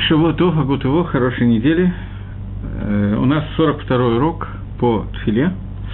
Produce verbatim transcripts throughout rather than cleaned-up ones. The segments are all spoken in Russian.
Шавуатов, Агутово, хорошей недели. Э, у нас сорок второй урок по тфиле.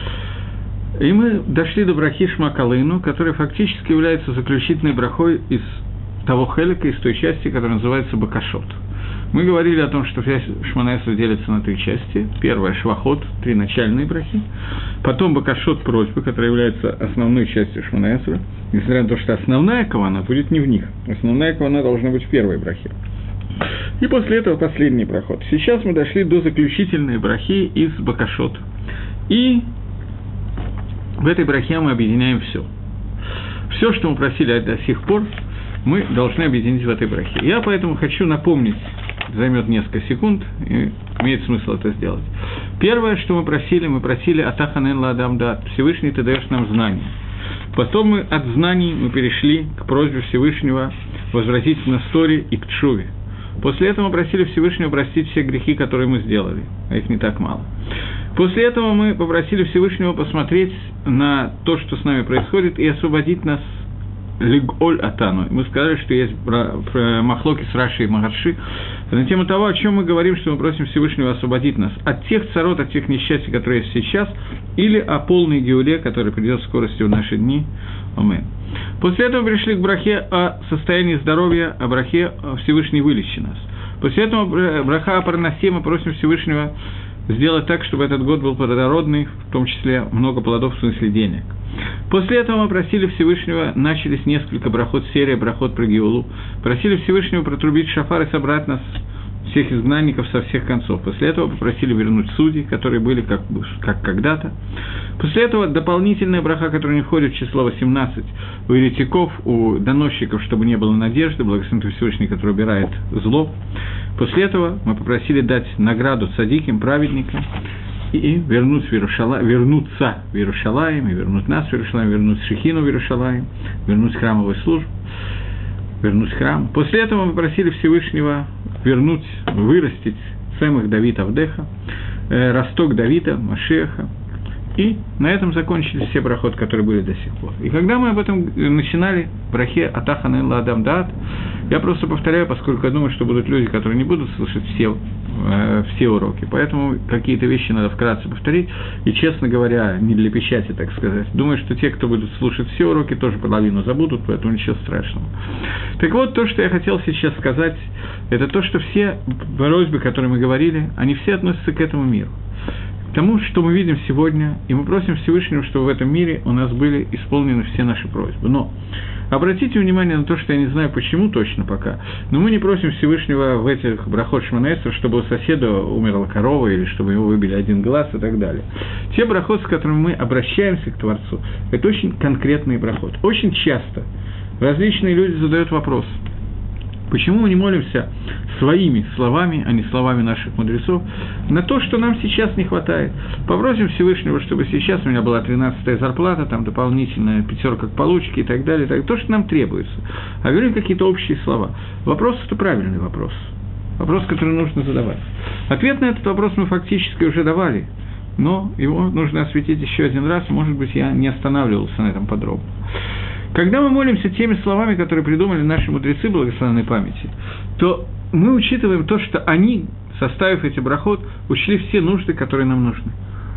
И мы дошли до брахи Шма Колейну, которая фактически является заключительной брахой из того хелика, из той части, которая называется Бакашот. Мы говорили о том, что вся Шмона Эсра делится на три части. Первая – Швахот, три начальные брахи. Потом Бакашот, просьбы, которая является основной частью Шмона Эсра. Несмотря на то, что основная кавана будет не в них. Основная кавана должна быть в первой брахе. И после этого последний проход. Сейчас мы дошли до заключительной брахи из Бакашот. И в этой брахе мы объединяем все. Все, что мы просили до сих пор, мы должны объединить в этой брахе. Я поэтому хочу напомнить, займет несколько секунд, и имеет смысл это сделать. Первое, что мы просили, мы просили «Атаханен ладам дат», Всевышний, ты даешь нам знания. Потом мы от знаний мы перешли к просьбе Всевышнего возвратить нас к Торе и к Тшуве. После этого мы просили Всевышнего простить все грехи, которые мы сделали, а их не так мало. После этого мы попросили Всевышнего посмотреть на то, что с нами происходит, и освободить нас лиголь атану. Мы сказали, что есть махлоки с Раши и Магарши на тему того, о чем мы говорим, что мы просим Всевышнего освободить нас от тех царот, от тех несчастий, которые есть сейчас, или о полной геуле, которая придет в скорости в наши дни. Амин. После этого мы пришли к брахе о состоянии здоровья, о брахе Всевышний вылечи нас. После этого браха о парнасе, мы просим Всевышнего сделать так, чтобы этот год был плодородный, в том числе много плодов в смысле денег. После этого мы просили Всевышнего, начались несколько брахот, серия брахот про Геулу, просили Всевышнего протрубить шафар и собрать нас, всех изгнанников, со всех концов. После этого попросили вернуть судей, которые были как, как когда-то. После этого дополнительная браха, которая не входит в число восемнадцать, у еретиков, у доносчиков, чтобы не было надежды, благословен Всевышний, который убирает зло. После этого мы попросили дать награду цадиким, праведникам, и вернуть в Иерушалаим, вернуться в Иерушалаим, и вернуть нас в Иерушалаим, вернуть Шехину в Иерушалаим, вернуть храмовую службу, вернуть храм. После этого мы попросили Всевышнего вернуть, вырастить Цемах Давид Авдеха, э, росток Давида, Машеха. И на этом закончились все брахот, которые были до сих пор. И когда мы об этом начинали, в брахе «Атаханен ладам даат», я просто повторяю, поскольку я думаю, что будут люди, которые не будут слышать все, э, все уроки. Поэтому какие-то вещи надо вкратце повторить. И, честно говоря, не для печати, так сказать. Думаю, что те, кто будут слушать все уроки, тоже половину забудут, поэтому ничего страшного. Так вот, то, что я хотел сейчас сказать, это то, что все просьбы, которые мы говорили, они все относятся к этому миру. К тому, что мы видим сегодня, и мы просим Всевышнего, чтобы в этом мире у нас были исполнены все наши просьбы. Но обратите внимание на то, что я не знаю, почему точно пока, но мы не просим Всевышнего в этих брахот Шмона Эсра, чтобы у соседа умерла корова, или чтобы его выбили один глаз и так далее. Те брахот, с которыми мы обращаемся к Творцу, это очень конкретные брахот. Очень часто различные люди задают вопрос: почему мы не молимся своими словами, а не словами наших мудрецов, на то, что нам сейчас не хватает? Попросим Всевышнего, чтобы сейчас у меня была тринадцатая зарплата, там дополнительная пятерка к получке и так далее, так, то, что нам требуется. А говорим какие-то общие слова. Вопрос – это правильный вопрос. Вопрос, который нужно задавать. Ответ на этот вопрос мы фактически уже давали, но его нужно осветить еще один раз, может быть, я не останавливался на этом подробно. Когда мы молимся теми словами, которые придумали наши мудрецы благословенной памяти, то мы учитываем то, что они, составив эти брахот, учли все нужды, которые нам нужны.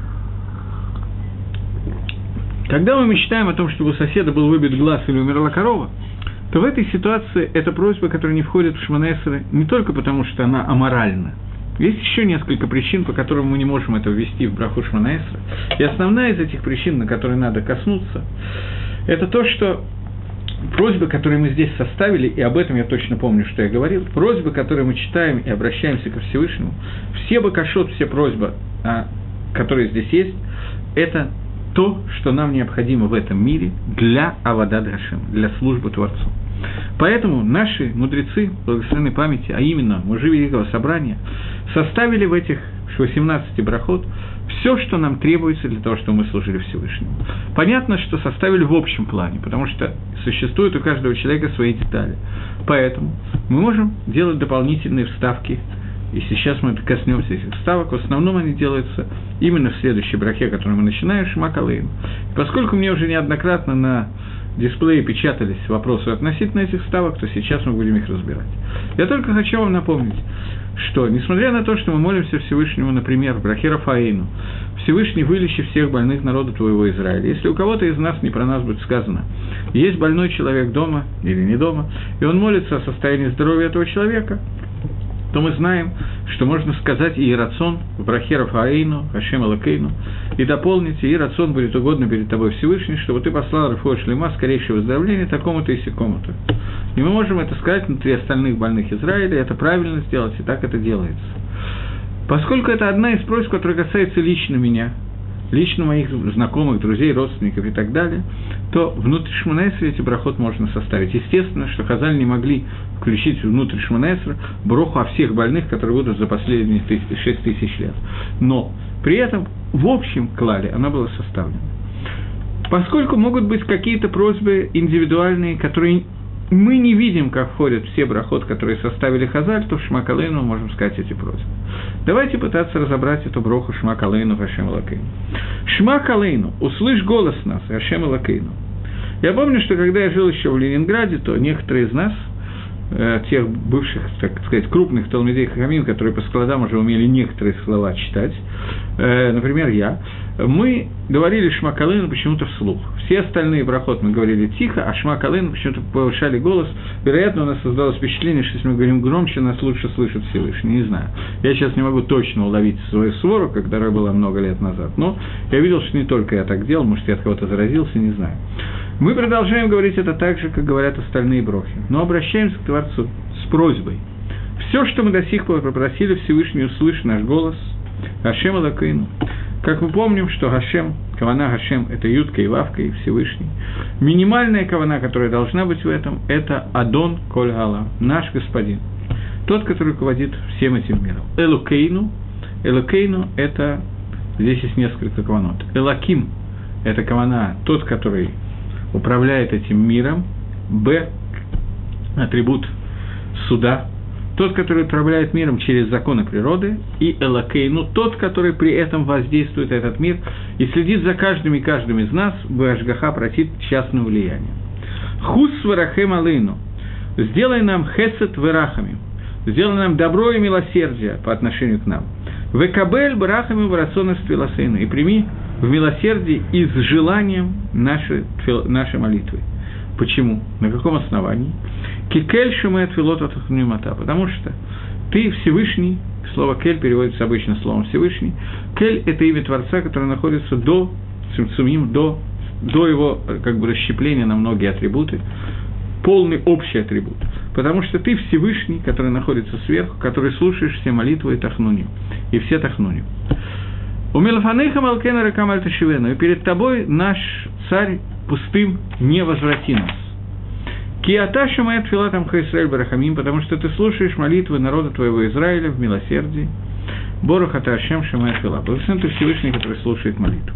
Когда мы мечтаем о том, чтобы у соседа был выбит глаз или умерла корова, то в этой ситуации эта просьба, которая не входит в Шмона Эсра, не только потому, что она аморальна. Есть еще несколько причин, по которым мы не можем это ввести в браху Шмона Эсра. И основная из этих причин, на которые надо коснуться, это то, что просьбы, которые мы здесь составили, и об этом я точно помню, что я говорил, просьбы, которые мы читаем и обращаемся ко Всевышнему, все бакашот, все просьбы, которые здесь есть, это то, что нам необходимо в этом мире для авадат Гашем, для службы Творцу. Поэтому наши мудрецы благословенной памяти, а именно мужи Великого Собрания, составили в этих восемнадцати брахот все, что нам требуется для того, чтобы мы служили Всевышнему. Понятно, что составили в общем плане, потому что существуют у каждого человека свои детали. Поэтому мы можем делать дополнительные вставки, и сейчас мы коснемся этих вставок. В основном они делаются именно в следующей брахе, которую мы начинаем, Шма Колейну. Поскольку мне уже неоднократно на дисплее печатались вопросы относительно этих ставок, то сейчас мы будем их разбирать. Я только хочу вам напомнить, что, несмотря на то, что мы молимся Всевышнему, например, в брахе Рафаэйну, Всевышний, вылечи всех больных народа твоего Израиля. Если у кого-то из нас, не про нас будет сказано, есть больной человек дома или не дома, и он молится о состоянии здоровья этого человека, то мы знаем, что можно сказать и рацион в брахе Рафаэйну, Хашем Элокейну, и дополнить, и рацион будет угодно перед тобой Всевышний, чтобы ты послал Рефуа Шлема, скорейшее выздоровление такому-то и сякому-то. И мы можем это сказать внутри остальных больных Израиля, это правильно сделать, и так это делается. Поскольку это одна из просьб, которая касается лично меня, лично моих знакомых, друзей, родственников и так далее, то внутрь Шмона Эсры эти брахот можно составить. Естественно, что Хазаль не могли включить внутрь Шмона Эсры броху о всех больных, которые будут за последние шесть тысяч лет. Но при этом в общем клале она была составлена. Поскольку могут быть какие-то просьбы индивидуальные, которые мы не видим, как входят все брахот, которые составили Хазаль, то в Шма Калейну можем сказать эти просьбы. Давайте пытаться разобрать эту броху Шма Калейну Хашем Элокейну. Шма Калейну, услышь голос нас, Хашем Элокейну. Я помню, что когда я жил еще в Ленинграде, то некоторые из нас, э, тех бывших, так сказать, крупных талмидей хахамим, которые по складам уже умели некоторые слова читать, э, например, я, мы говорили Шма Калейну почему-то вслух. Все остальные брахот мы говорили тихо, а Шма Калейну почему-то повышали голос. Вероятно, у нас создалось впечатление, что если мы говорим громче, нас лучше слышит Всевышний, не знаю. Я сейчас не могу точно уловить свою свору, которая была много лет назад, но я видел, что не только я так делал, может, я от кого-то заразился, не знаю. Мы продолжаем говорить это так же, как говорят остальные брохи, но обращаемся к Творцу с просьбой. Все, что мы до сих пор попросили Всевышний, услышь наш голос, Хашем Элокейну. Как мы помним, что Хашем, кавана Хашем – это Ютка и Вавка и Всевышний. Минимальная кавана, которая должна быть в этом, это Адон Коль Галам, наш Господин, тот, который руководит всем этим миром. Элокейну, Элокейну – это, здесь есть несколько каванот. Элоким – это кавана, тот, который управляет этим миром. Б – атрибут суда. Тот, который управляет миром через законы природы, и Элокейну, тот, который при этом воздействует на этот мир и следит за каждым и каждым из нас, Башгаха против частного влияния. Хус варахем алейну, сделай нам хесед варахами, сделай нам добро и милосердие по отношению к нам. Векабель барахами варасона стреласейну, и прими в милосердии и с желанием наши, наши молитвы. Почему? На каком основании? Кикель шумет филота тахнюмата, потому что ты Всевышний, слово кель переводится обычно словом Всевышний. Кель – это имя Творца, которое находится до цимцумим, до, до его как бы расщепления на многие атрибуты, полный общий атрибут. Потому что ты Всевышний, который находится сверху, который слушаешь все молитвы и тахнуним, и все тахнуним. У Мелафанейха Малкена Рекам Альташивену, и перед тобой наш царь пустым не возврати нас. Киата шумает филатам Хаисраэль Барахамим, потому что ты слушаешь молитвы народа твоего Израиля в милосердии. Борух ата Ашем шумает фила. Благословен ты Всевышний, который слушает молитву.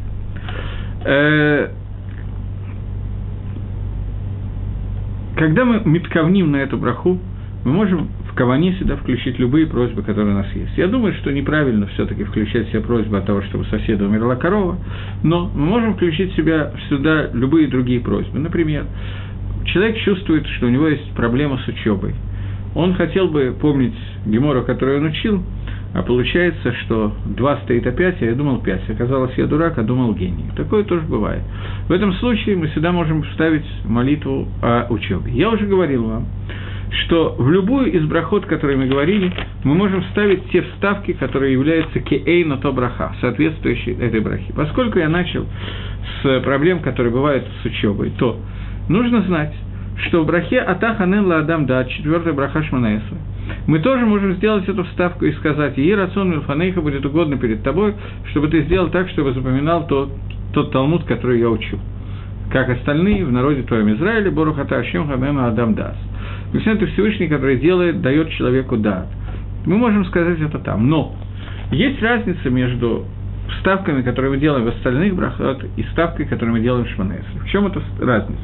Когда мы митковним на эту браху, мы можем в каване сюда включить любые просьбы, которые у нас есть. Я думаю, что неправильно все-таки включать все просьбы от того, чтобы соседу умерла корова, но мы можем включить себя сюда любые другие просьбы. Например, человек чувствует, что у него есть проблема с учебой. Он хотел бы помнить гемору, которую он учил, а получается, что два стоит опять, а я думал пять. Оказалось, я дурак, а думал гений. Такое тоже бывает. В этом случае мы сюда можем вставить молитву о учебе. Я уже говорил вам, что в любую из брахот, которые мы говорили, мы можем вставить те вставки, которые являются кеэйна то браха, соответствующие этой брахе. Поскольку я начал с проблем, которые бывают с учебой, то нужно знать, что в брахе «Атаханен ла адам да», четвёртая браха Шмона Эсры, мы тоже можем сделать эту вставку и сказать «И рацион милфанейха будет угодно перед тобой, чтобы ты сделал так, чтобы запоминал тот, тот Талмуд, который я учу». Как остальные в народе твоем Израиле, «Борух ата Ашем ханену адам дас». Благословен ты Всевышний, который делает, дает человеку дат. Мы можем сказать это там, но есть разница между вставками, которые мы делаем в остальных брахот, и вставкой, которую мы делаем в Шмона Эсры. В чем эта разница?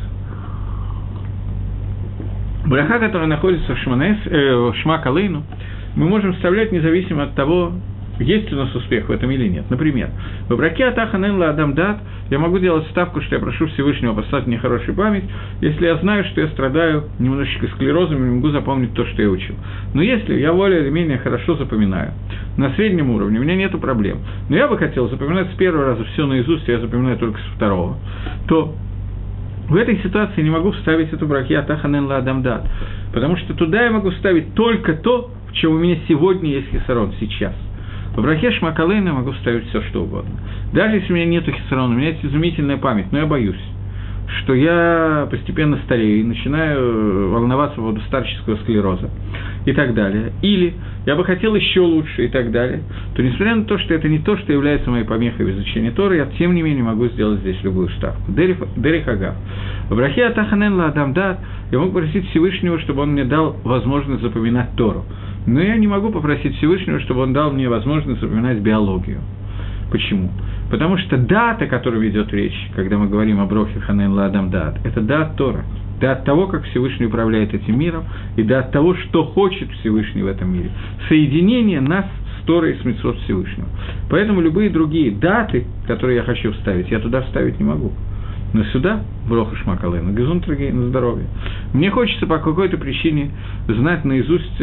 Браха, которая находится в, Шмона Эсры, э, в Шма Калейну, мы можем вставлять независимо от того, есть у нас успех в этом или нет. Например, в браке Атаханен ла Адам Дат я могу делать ставку, что я прошу Всевышнего послать мне хорошую память, если я знаю, что я страдаю немножечко склерозом и не могу запомнить то, что я учил. Но если я более или менее хорошо запоминаю, на среднем уровне, у меня нет проблем, но я бы хотел запоминать с первого раза все наизусть, я запоминаю только с второго, то в этой ситуации не могу вставить эту браке Атаханен ла Адам Дат, потому что туда я могу вставить только то, в чем у меня сегодня есть хисарон, сейчас. В брахе Шма Калейну я могу вставить все, что угодно. Даже если у меня нет хисарона, у меня есть изумительная память, но я боюсь, что я постепенно старею и начинаю волноваться по поводу старческого склероза и так далее. Или я бы хотел еще лучше и так далее, то несмотря на то, что это не то, что является моей помехой в изучении Торы, я тем не менее могу сделать здесь любую ставку. Дерих Агав. В брахе Атаханен ла Адам Дат я мог попросить Всевышнего, чтобы он мне дал возможность запоминать Тору. Но я не могу попросить Всевышнего, чтобы он дал мне возможность запоминать биологию. Почему? Потому что дат, о котором идет речь, когда мы говорим о брохе Ханен ла Адам Дат, это дат Тора. Дат того, как Всевышний управляет этим миром, и дат того, что хочет Всевышний в этом мире. Соединение нас с Торой и с мицвот Всевышнего. Поэтому любые другие даты, которые я хочу вставить, я туда вставить не могу. Но сюда, в броху Шма Калейну, гезун трагей на здоровье. Мне хочется по какой-то причине знать наизусть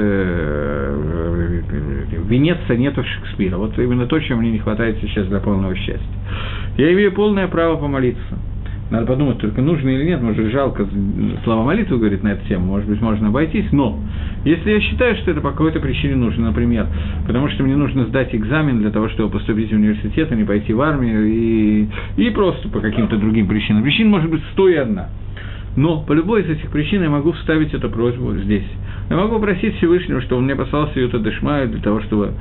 э, венец сонетов Шекспира. Вот именно то, чего мне не хватает сейчас для полного счастья. Я имею полное право помолиться. Надо подумать, только нужно или нет, может, жалко слова молитвы говорит на эту тему, может быть, можно обойтись, но если я считаю, что это по какой-то причине нужно, например, потому что мне нужно сдать экзамен для того, чтобы поступить в университет, а не пойти в армию, и, и просто по каким-то другим причинам. Причин может быть сто и одна. Но по любой из этих причин я могу вставить эту просьбу здесь. Я могу просить Всевышнего, чтобы он мне послал Сиюта Дешмая для того, чтобы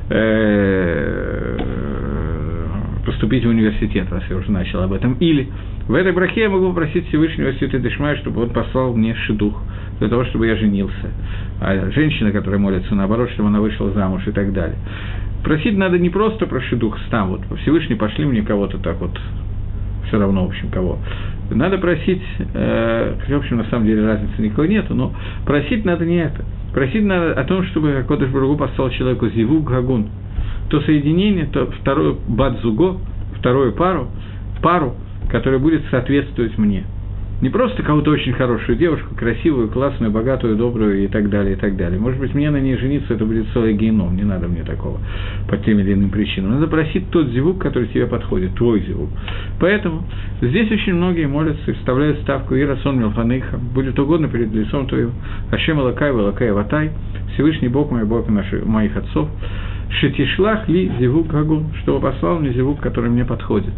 поступить в университет, раз я уже начал об этом. Или в этой брахе я могу попросить Всевышнего Сиюта Дешмая, чтобы он послал мне шидух, для того, чтобы я женился. А женщина, которая молится, наоборот, чтобы она вышла замуж и так далее. Просить надо не просто про шидух, там вот Всевышний пошли мне кого-то так вот, все равно, в общем, кого. Надо просить, э, в общем, на самом деле разницы никакой нету, но просить надо не это. Просить надо о том, чтобы Кодеш Барух Ху послал человеку зивук гагун, то соединение, то второе бат-зуго, вторую пару, пару, которая будет соответствовать мне. Не просто кого-то очень хорошую девушку, красивую, классную, богатую, добрую и так далее, и так далее. Может быть, мне на ней жениться, это будет целый геном, не надо мне такого по тем или иным причинам. Надо просить тот зивук, который тебе подходит, твой зивук. Поэтому здесь очень многие молятся и вставляют ставку «Ирасон милфанейха», будет угодно перед лицом твоим, Ашем Элокай, Элокай Аватай, Всевышний Бог мой, Бог наших, моих отцов, Шетишлах ли зивук гагун, чтобы послал мне зивук, который мне подходит.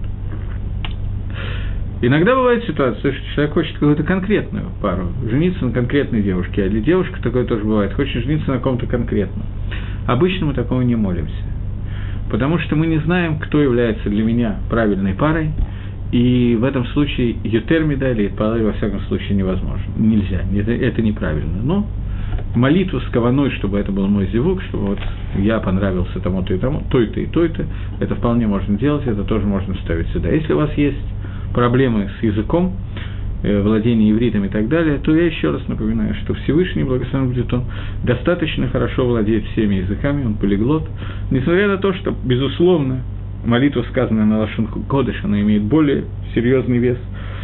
Иногда бывает ситуация, что человек хочет какую-то конкретную пару, жениться на конкретной девушке, а для девушки такое тоже бывает, хочет жениться на ком-то конкретном. Обычно мы такого не молимся, потому что мы не знаем, кто является для меня правильной парой, и в этом случае ютермида или парой, во всяком случае, невозможно, нельзя, это, это неправильно. Но молитву с каваной, чтобы это был мой зивук, чтобы вот я понравился тому-то и тому, той-то и той-то, это вполне можно делать, это тоже можно ставить сюда. Если у вас есть проблемы с языком, э, владение ивритом и так далее, то я еще раз напоминаю, что Всевышний, благословен будет он, достаточно хорошо владеет всеми языками, он полиглот, несмотря на то, что, безусловно, молитва, сказанная на лашон кодеш, она имеет более серьезный вес,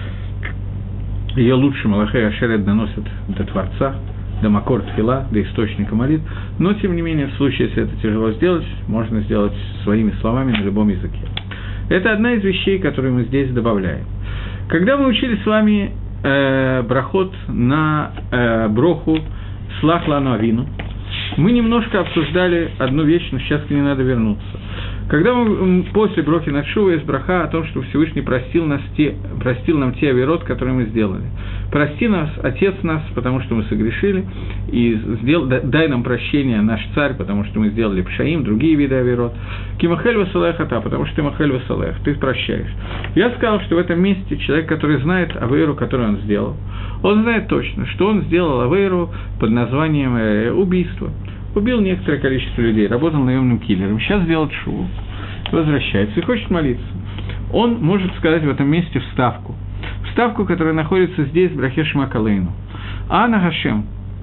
ее лучше Малахей Ашерет доносят до Творца, до Макор Тфила, до источника молитв, но, тем не менее, в случае, если это тяжело сделать, можно сделать своими словами на любом языке. Это одна из вещей, которые мы здесь добавляем. Когда мы учили с вами э, брахот на э, броху «Слах лану авину», мы немножко обсуждали одну вещь, но сейчас к ней надо вернуться. Когда мы после брохи над Шува есть браха о том, что Всевышний простил, нас те, простил нам те авирот, которые мы сделали. Прости нас, Отец нас, потому что мы согрешили, и сдел, дай нам прощение, наш царь, потому что мы сделали пшаим, другие виды авирот. Кимахель васалех ата, потому что ты махель васалех, ты прощаешь. Я сказал, что в этом месте человек, который знает авейру, которую он сделал, он знает точно, что он сделал авейру под названием э, убийство. Убил некоторое количество людей, работал наемным киллером, сейчас делает шуву, возвращается и хочет молиться. Он может сказать в этом месте вставку. Вставку, которая находится здесь, в брахе Шма Калейну. Ана Гашем,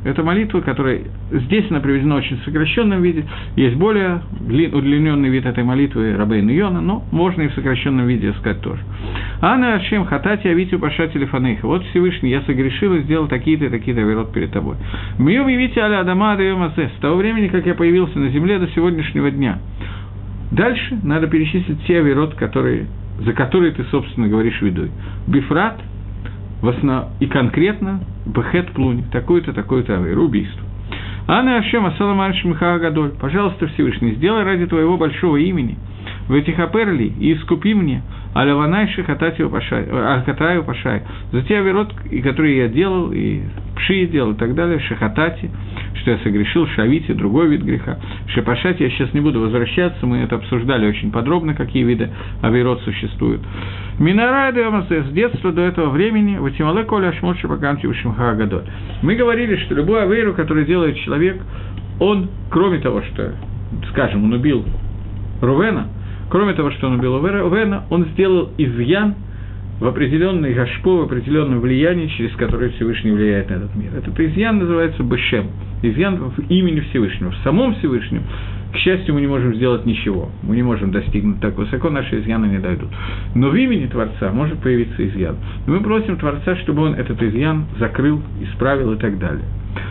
Это молитва, которая здесь она приведена в очень сокращенном виде. Есть более удлиненный вид этой молитвы Рабейну Йона, но можно и в сокращенном виде сказать тоже. Ана Ашем хатати авитю пашати лифанейха. Вот Всевышний, я согрешил и сделал такие-то и такие-то авирот перед тобой. Мьем явите аля адама адаем азе. С того времени, как я появился на земле до сегодняшнего дня. Дальше надо перечислить те авирот, которые, за которые ты, собственно, говоришь видой. Бифрат, в основ... и конкретно бехет плуни, такое-то, такое-то авир, убийство. Ана Ашем асалам альш миха гадоль. Пожалуйста, Всевышний, сделай ради твоего большого имени. В этих аперли и искупи мне, аляванай шихататию пашай, ахатаю пашай, за те авирот, которые я делал, и пши делал, и так далее, шихатати, что я согрешил, шавити, другой вид греха, шепашати, я сейчас не буду возвращаться, мы это обсуждали очень подробно, какие виды авирот существуют. Минарады амасе, с детства до этого времени, ватимале коля ашмот шапаканти вишимха гадоль. Мы говорили, что любой авиру, который делает человек, он, кроме того, что, скажем, он убил Рувена, кроме того, что он убил Рувена, он сделал изъян в определенный гашпо, в определенном влиянии, через которое Всевышний влияет на этот мир. Этот изъян называется Бешем, изъян в имени Всевышнего. В самом Всевышнем, к счастью, мы не можем сделать ничего, мы не можем достигнуть так высоко, наши изъяны не дойдут. Но в имени Творца может появиться изъян. И мы просим Творца, чтобы он этот изъян закрыл, исправил и так далее.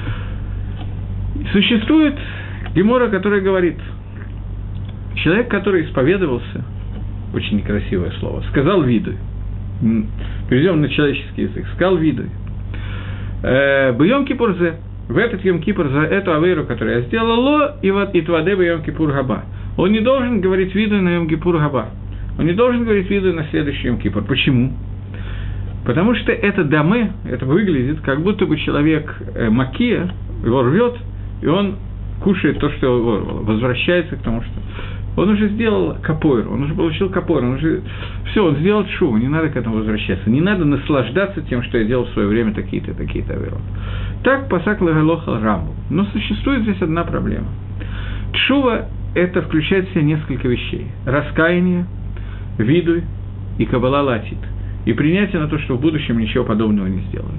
Существует гемора, которая говорит, человек, который исповедовался, очень некрасивое слово, сказал виду, перейдем на человеческий язык, сказал виду, бьем кипурзе, в этот Йом Кипур за эту авейру, которую я сделал, ло и вот и тваде бы Йом Кипур габа. Он не должен говорить виду на Йом Кипур габа. Он не должен говорить виду на следующий Йом Кипур. Почему? Потому что это даме, это выглядит, как будто бы человек э, макия, его рвет, и он кушает то, что его возвращается к тому, что он уже сделал капойр, он уже получил капойр, он уже... Все, он сделал тшуву, не надо к этому возвращаться. Не надо наслаждаться тем, что я делал в свое время такие-то, такие-то авирот. Так пасак лагалохал Рамбу. Но существует здесь одна проблема. Тшува – это включает в себя несколько вещей. Раскаяние, видуй и кабала латит. И принятие на то, что в будущем ничего подобного не сделаем.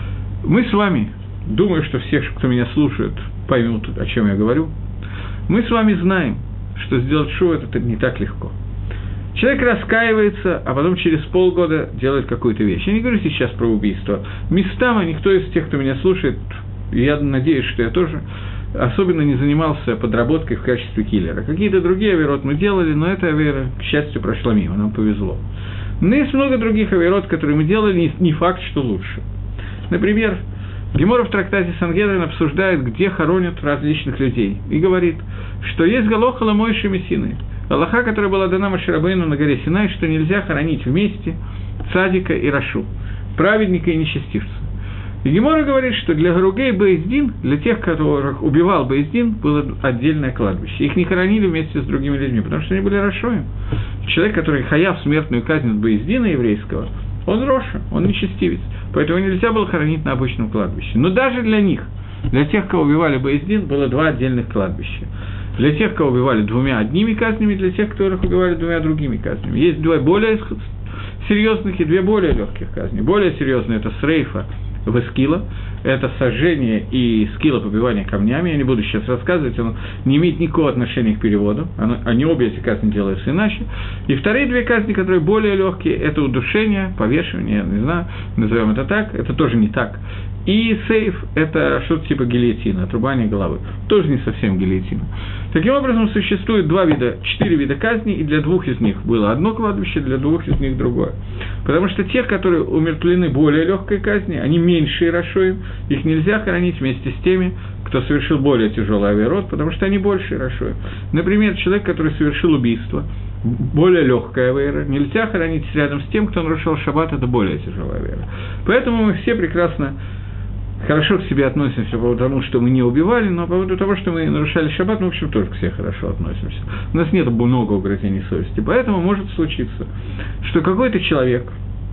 Мы с вами, думаю, что все, кто меня слушает, поймут, о чем я говорю. Мы с вами знаем, что сделать шоу – это не так легко. Человек раскаивается, а потом через полгода делает какую-то вещь. Я не говорю сейчас про убийство. Местами никто из тех, кто меня слушает, я надеюсь, что я тоже, особенно не занимался подработкой в качестве киллера. Какие-то другие авирот мы делали, но эта авера, к счастью, прошла мимо, нам повезло. Но есть много других авирот, которые мы делали, не факт, что лучше. Например, Гемора в трактате Сангедрин обсуждает, где хоронят различных людей, и говорит, что есть галоха ламойши мессины, галаха, которая была дана Моше Рабейну на горе Синай, что нельзя хоронить вместе цадика и рашу, праведника и нечестивца. И Гемора говорит, что для Гаругей Бейздин, для тех, которых убивал Бейздин, было отдельное кладбище. Их не хоронили вместе с другими людьми, потому что они были рашоем. Человек, который хаяв смертную казнь от Бейздина еврейского, он роша, он нечестивец. Поэтому нельзя было хоронить на обычном кладбище. Но даже для них, для тех, кого убивали Бейздин, было два отдельных кладбища. Для тех, кого убивали двумя одними казнями, для тех, которых убивали двумя другими казнями. Есть два более серьезных и две более легких казни. Более серьезные – это срейфа в Эскила, это сожжение и скилла побивания камнями. Я не буду сейчас рассказывать, он не имеет никакого отношения к переводу. Они обе эти казни делаются иначе. И вторые две казни, которые более легкие, это удушение, повешивание, я не знаю, назовем это так, это тоже не так. И сейф – это что-то типа гильотина, отрубание головы. Тоже не совсем гильотина. Таким образом, существует два вида, четыре вида казни, и для двух из них было одно кладбище, для двух из них другое. Потому что те, которые умертвлены более легкой казни, они меньшие рашоим, их нельзя хоронить вместе с теми, кто совершил более тяжелый авирот, потому что они больше рашоим. Например, человек, который совершил убийство, более легкая авера, нельзя хоронить рядом с тем, кто нарушил шаббат, это более тяжелая авера. Поэтому мы все прекрасно хорошо к себе относимся потому, что мы не убивали, но по поводу того, что мы нарушали шаббат, мы, в общем, тоже к себе хорошо относимся. У нас нет много угрызений совести. Поэтому может случиться, что какой-то человек,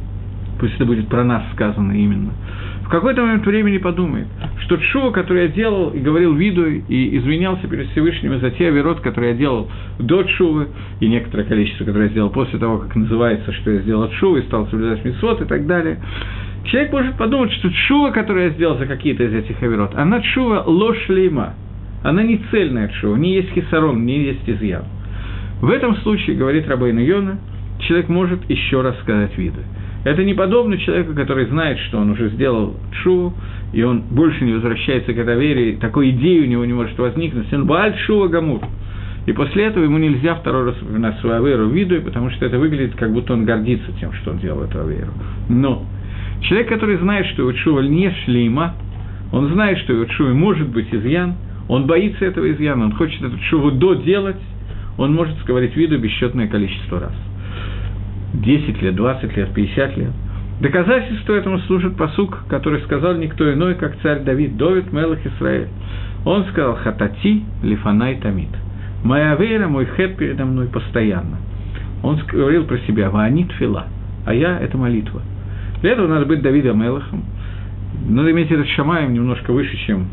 пусть это будет про нас сказано именно, в какой-то момент времени подумает, что тшува, который я делал и говорил виду, и извинялся перед Всевышним за те авирот, которые я делал до тшувы, и некоторое количество, которое я сделал после того, как называется, что я сделал тшуву, и стал соблюдать мицвот и так далее. Человек может подумать, что тшува, которую я сделал за какие-то из этих авирот, она тшува ложь лейма. Она не цельная тшува, не есть хисарон, не есть изъян. В этом случае, говорит Рабейну Йона, человек может еще раз сказать виды. Это не подобно человеку, который знает, что он уже сделал тшуву, и он больше не возвращается к этой вере, такой идеи у него не может возникнуть, он бааль тшува гамур. И после этого ему нельзя второй раз упоминать свою веру в виду, потому что это выглядит, как будто он гордится тем, что он делал эту веру. Но человек, который знает, что его тшува не шлейма, он знает, что его тшува может быть изъян, он боится этого изъяна, он хочет эту тшуву доделать, он может говорить виду бесчетное количество раз. десять лет, двадцать лет, пятьдесят лет. Доказательство этому служит пасук, который сказал никто иной, как царь Давид, Довид Мелах Исраэль. Он сказал: «Хатати лифанай тамид». «Моя вера, мой хэт передо мной постоянно». Он говорил про себя: «Ваанит фила», а я – это молитва. Для этого надо быть Давидом Мелахом. Надо иметь этот шамаем немножко выше, чем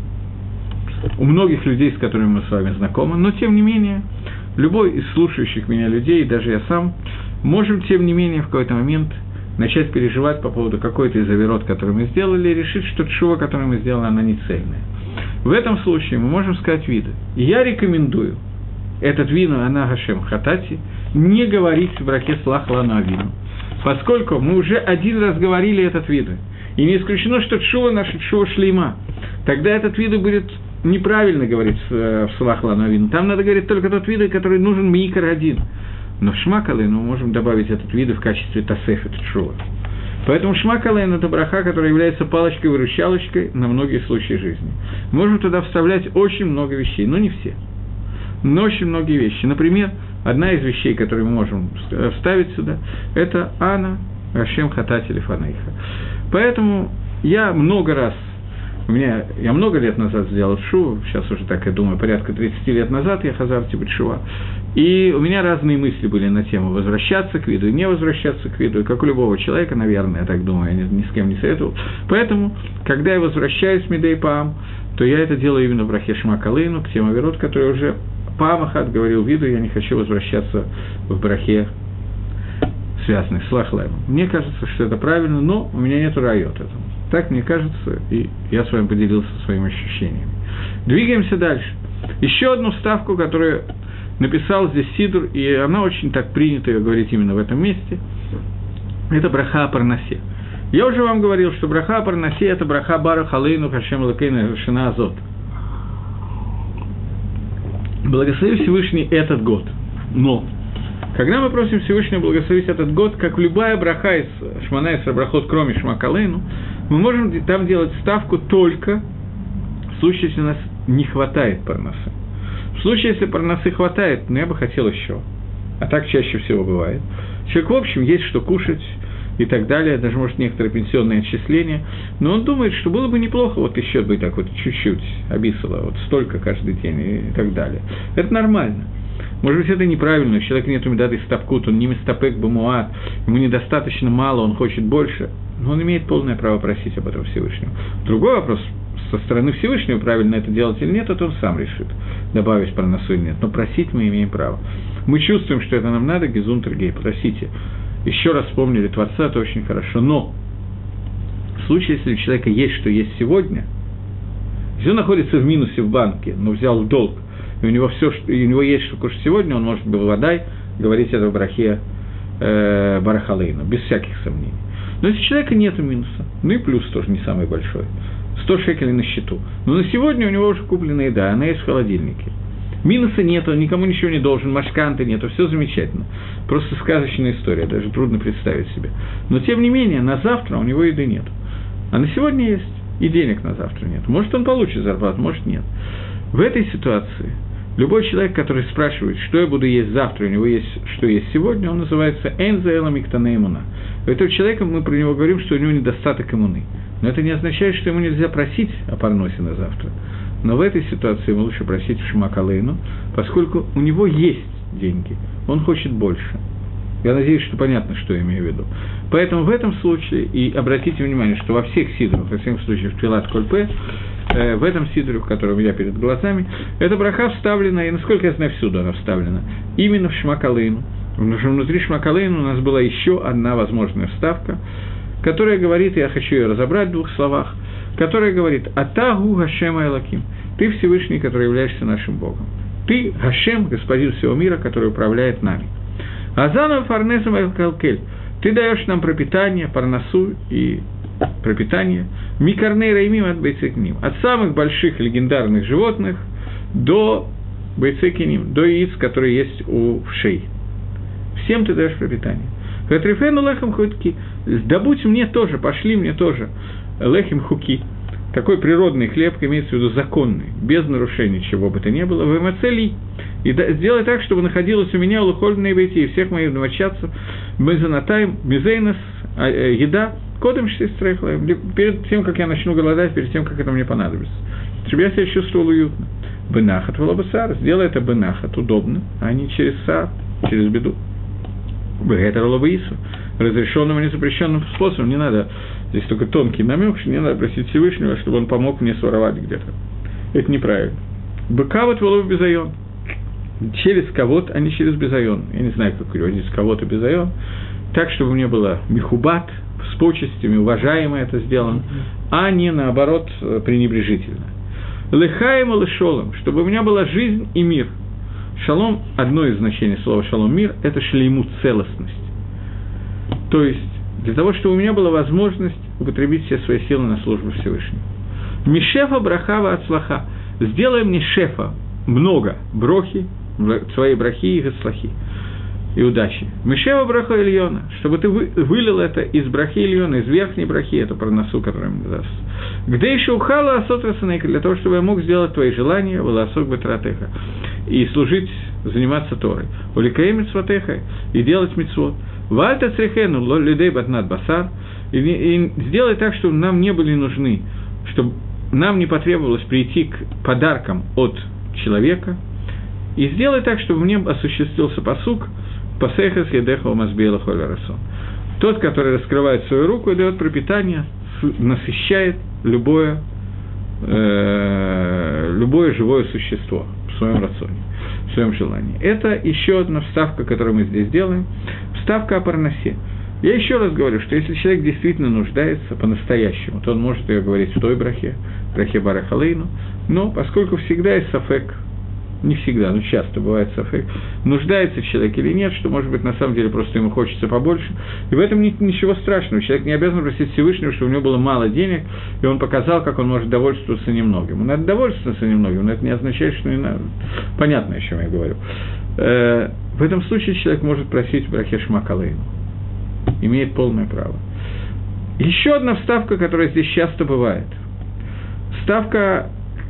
у многих людей, с которыми мы с вами знакомы. Но, тем не менее, любой из слушающих меня людей, даже я сам, можем, тем не менее, в какой-то момент начать переживать по поводу какой-то из авирот, которую мы сделали, и решить, что тшува, которую мы сделали, она не цельная. В этом случае мы можем сказать виды. И я рекомендую этот вину Ана Гашем Хатати не говорить в брахе Слах Лану Авину, поскольку мы уже один раз говорили этот виду. И не исключено, что тшува наша тшува шлейма. Тогда этот виду будет неправильно говорить в Слах Лану Авину. Там надо говорить только тот виду, который нужен миикар один. Но в Шма Калейну мы можем добавить этот виду в качестве тасефет тшува. Поэтому Шма Калейну – это браха, которая является палочкой-выручалочкой на многие случаи жизни. Мы можем туда вставлять очень много вещей, но не все. Но очень многие вещи. Например, одна из вещей, которые мы можем вставить сюда, это Ана Ашем Хатати Лифанейха. Поэтому я много раз, у меня, я много лет назад сделал тшуву, сейчас уже так я думаю, порядка тридцать лет назад я хазар типа тшува, и у меня разные мысли были на тему возвращаться к виду и не возвращаться к виду, и как у любого человека, наверное, я так думаю, я ни, ни с кем не советовал. Поэтому, когда я возвращаюсь в Мидей Паам, то я это делаю именно в брахе Шма Калейну, к тем авирот, которые уже Паам Ахат говорил виду, я не хочу возвращаться в брахе, связанных с Слах Лаймом. Мне кажется, что это правильно, но у меня нет райот этому. Так мне кажется, и я с вами поделился своими ощущениями. Двигаемся дальше. Еще одну вставку, которую написал здесь Сидур, и она очень так принята ее говорить именно в этом месте, это браха о Парнасе. Я уже вам говорил, что браха о Парнасе – это браха Барух Алейну Хашем Элокейну Шана Азот. Благослови Всевышний этот год. Но когда мы просим Всевышнего благословить этот год, как любая браха из Шмана Исра брахот, кроме Шма Калейну, мы можем там делать ставку только в случае, если у нас не хватает парносы. В случае, если парносы хватает, но я бы хотел еще, а так чаще всего бывает, человек, в общем, есть что кушать и так далее, даже, может, некоторые пенсионные отчисления, но он думает, что было бы неплохо вот еще бы так вот чуть-чуть обисало, вот столько каждый день и так далее. Это нормально. Может быть, это неправильно, у человека нет медады стапкут, он не мистапек бамуат, ему недостаточно мало, он хочет больше, но он имеет полное право просить об этом Всевышнего. Другой вопрос, со стороны Всевышнего, правильно это делать или нет, это он сам решит, добавить парносу или нет, но просить мы имеем право. Мы чувствуем, что это нам надо, гизун тергей, просите. Еще раз вспомнили Творца, это очень хорошо, но в случае, если у человека есть, что есть сегодня, если он находится в минусе в банке, но взял в долг, и у него все, что, и у него есть что кушать сегодня, он может бавадай говорить это в брахе э, Барахалейну, без всяких сомнений. Но если у человека нет минуса, ну и плюс тоже не самый большой, сто шекелей на счету, но на сегодня у него уже куплена еда, она есть в холодильнике. Минуса нет, он никому ничего не должен, машканты нету, все замечательно. Просто сказочная история, даже трудно представить себе. Но тем не менее, на завтра у него еды нет. А на сегодня есть, и денег на завтра нет. Может, он получит зарплату, может, нет. В этой ситуации любой человек, который спрашивает, что я буду есть завтра, у него есть, что есть сегодня, он называется «энзе элам иктане имуна». У этого человека мы про него говорим, что у него недостаток иммуны. Но это не означает, что ему нельзя просить о парносе на завтра. Но в этой ситуации ему лучше просить в Шма Калейну, поскольку у него есть деньги, он хочет больше. Я надеюсь, что понятно, что я имею в виду. Поэтому в этом случае, и обратите внимание, что во всех сидрах, во всех случаях в Твилат Кольпе, э, в этом сидре, в котором я перед глазами, эта браха вставлена, и, насколько я знаю, всюду она вставлена, именно в Шма Калейну. Потому что внутри Шма Калейну у нас была еще одна возможная вставка, которая говорит, я хочу ее разобрать в двух словах, которая говорит «Атагу Гашем Элоким» – «Ты Всевышний, который являешься нашим Богом». «Ты Гашем, Господин всего мира, который управляет нами». «Азану Фарнесом Элкалкель» – «Ты даешь нам пропитание, парнасу и пропитание, Микарней Раймим от Бейцекним» – «От самых больших легендарных животных до Бейцекним», до яиц, которые есть у вшей. Всем ты даешь пропитание. «Хатрифену лехем хуки» – «Добудь мне тоже, пошли мне тоже лехем хуки». Такой природный хлеб, имеется в виду законный, без нарушений чего бы то ни было, в эмоцелий, и да, сделай так, чтобы находилось у меня улухольные бейти и всех моих домочадцев, мезонатайм, мизейнос, еда, кодом шестистрехлаем, перед тем, как я начну голодать, перед тем, как это мне понадобится, чтобы я себя чувствовал уютно. Бенахат валабасар, сделай это бенахат, удобно, а не через сар, через беду. Бегетер лабаису, разрешенным и незапрещенным способом, не надо. Здесь только тонкий намек, что не надо просить Всевышнего, чтобы он помог мне своровать где-то. Это неправильно. Быкавот волов безайон. Через кого-то, а не через безайон. Я не знаю, как переводить с кого-то безайон. Так, чтобы мне было михубат, с почестями, уважаемо это сделано, а не, наоборот, пренебрежительно. Лехаем и лешолом, чтобы у меня была жизнь и мир. Шалом, одно из значений слова шалом, мир, это шлеймут, целостность. То есть, для того, чтобы у меня была возможность употребить все свои силы на службу Всевышнему. Мишефа брахава от слаха. Сделай мне шефа много брохи, своей брахи и гацлахи, и удачи. Мишефа браха Ильона, чтобы ты вылил это из брахи Ильона, из верхней брахи, это проносу, которую мне даст. Где еще ухала асотрасанейка, для того, чтобы я мог сделать твои желания, волосок бетратеха, и служить, заниматься Торой. Уликаи митцвотеха, и делать митцвот. Вальта црехену лидей батнат басар, и сделай так, чтобы нам не были нужны, чтобы нам не потребовалось прийти к подаркам от человека, и сделай так, чтобы мне осуществился пасук пасехас едеха мазбиэла холя расон. Тот, который раскрывает свою руку и дает пропитание, насыщает любое, э, любое живое существо в своем рационе, в своем желании. Это еще одна вставка, которую мы здесь делаем, вставка о парнасе. Я еще раз говорю, что если человек действительно нуждается по-настоящему, то он может ее говорить в той брахе, брахе Барах Алейну, но поскольку всегда есть сафек, не всегда, но часто бывает сафек, нуждается человек или нет, что, может быть, на самом деле просто ему хочется побольше, и в этом нет ничего страшного. Человек не обязан просить Всевышнего, чтобы у него было мало денег, и он показал, как он может довольствоваться немногим. Ему надо довольствоваться немногим, но это не означает, что не надо. Понятно, о чем я говорю. В этом случае человек может просить в брахе Шма Калейну. Имеет полное право. Еще одна вставка, которая здесь часто бывает. Вставка,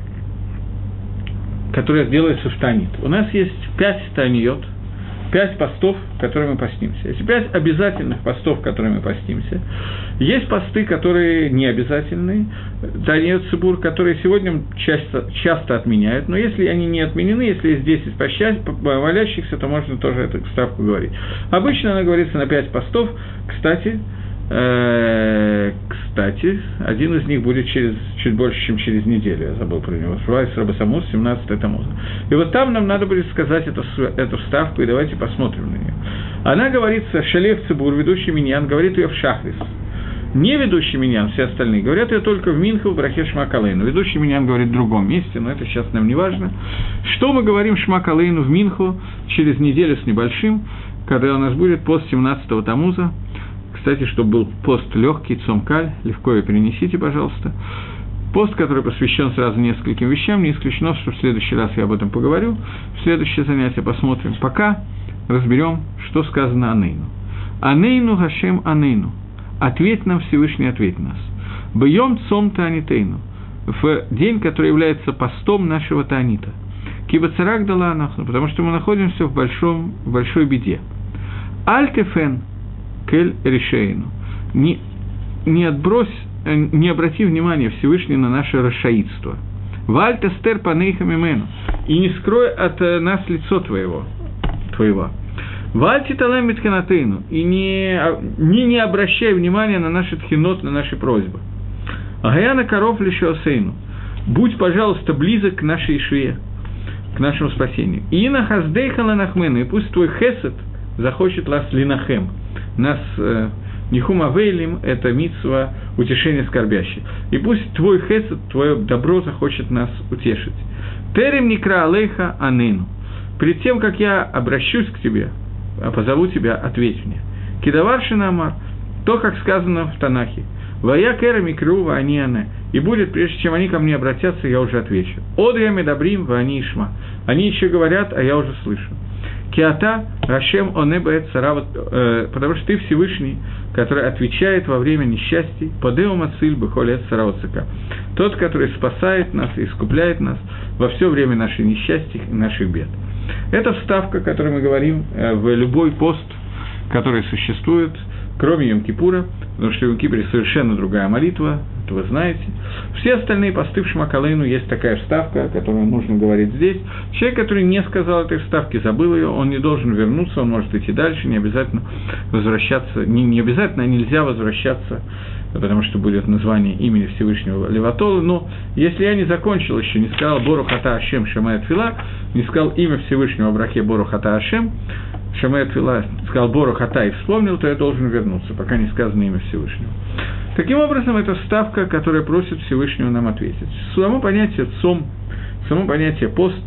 которая делается в Таанит. У нас есть пять таниот, пять постов, которые мы постимся. Есть пять обязательных постов, которые мы постимся. Есть посты, которые не обязательные. Таниот Цибур, которые сегодня часто, часто отменяют. Но если они не отменены, если есть десять молящихся, то можно тоже эту вставку говорить. Обычно она говорится на пять постов. Кстати, э, кстати, один из них будет через, чуть больше, чем через неделю. Я забыл про него. Швайс Рабасамус, семнадцатое Тамуза. И вот там нам надо будет сказать эту, эту вставку, и давайте посмотрим на нее. Она говорится, Шалев Цибур, ведущий миньян, говорит ее в Шахрис. Не ведущий миньян, все остальные, говорят ее только в Минху, в брахе Шма Калейну. Ведущий миньян говорит в другом месте, но это сейчас нам не важно. Что мы говорим Шма Калейну в Минху через неделю с небольшим, когда у нас будет пост семнадцатого Тамуза. Кстати, чтобы был пост легкий, цомкаль, легко ее перенесите, пожалуйста. Пост, который посвящен сразу нескольким вещам, не исключено, что в следующий раз я об этом поговорю, в следующее занятие посмотрим. Пока разберем, что сказано Анейну. Анейну Гашем Анейну. Ответь нам, Всевышний, ответь нас. Бьем цом Таанитейну. В день, который является постом нашего Таанита. Киба царак дала анахну, потому что мы находимся в, большом, в большой беде. Альтефен кель решейну. Не, не отбрось, не обрати внимания Всевышний на наше расшаидство. Вальта стер панейхам имену. И не скрой от нас лицо твоего. твоего. Вальти талем митханатейну. И не, не, не обращай внимания на наши тхинот, на наши просьбы. Агаяна коров лишуасейну. Будь, пожалуйста, близок к нашей ишуе, к нашему спасению. И на хаздейха ланахмену. И пусть твой хесед захочет нас линахем, нас э, Нихум авейлим – это мицва утешения скорбящих. И пусть твой хесед, твое добро захочет нас утешить. Терем никра алейха анейну. Перед тем, как я обращусь к тебе, позову тебя, ответь мне. Кидаваршина амар, то, как сказано в Танахе. Вая кэра микру ва ани ане. И будет, прежде чем они ко мне обратятся, я уже отвечу. Одия медабрим ва ани ишма. Они еще говорят, а я уже слышу. Киата Рашем онебаэт сарават, потому что ты Всевышний, который отвечает во время несчастий, подеу мациль бэхолет саравацака. Тот, который спасает нас и искупляет нас во все время наших несчастий и наших бед. Это вставка, о которой мы говорим в любой пост, который существует, кроме Йом-Кипура, потому что в Йом-Кипуре совершенно другая молитва, это вы знаете. Все остальные посты в Шма Колейну есть такая вставка, которую нужно говорить здесь. Человек, который не сказал этой вставки, забыл ее, он не должен вернуться, он может идти дальше, не обязательно возвращаться, не, не обязательно, а нельзя возвращаться, потому что будет название имени Всевышнего Леватола, но если я не закончил еще, не сказал Бору Хата Ашем Шамая Тфила, не сказал имя Всевышнего в брахе Бору Хата Ашем, Шамая Тфила сказал Бору Хата и вспомнил, то я должен вернуться, пока не сказано имя Всевышнего. Таким образом, это вставка, которая просит Всевышнего нам ответить. Само понятие цом, само понятие пост,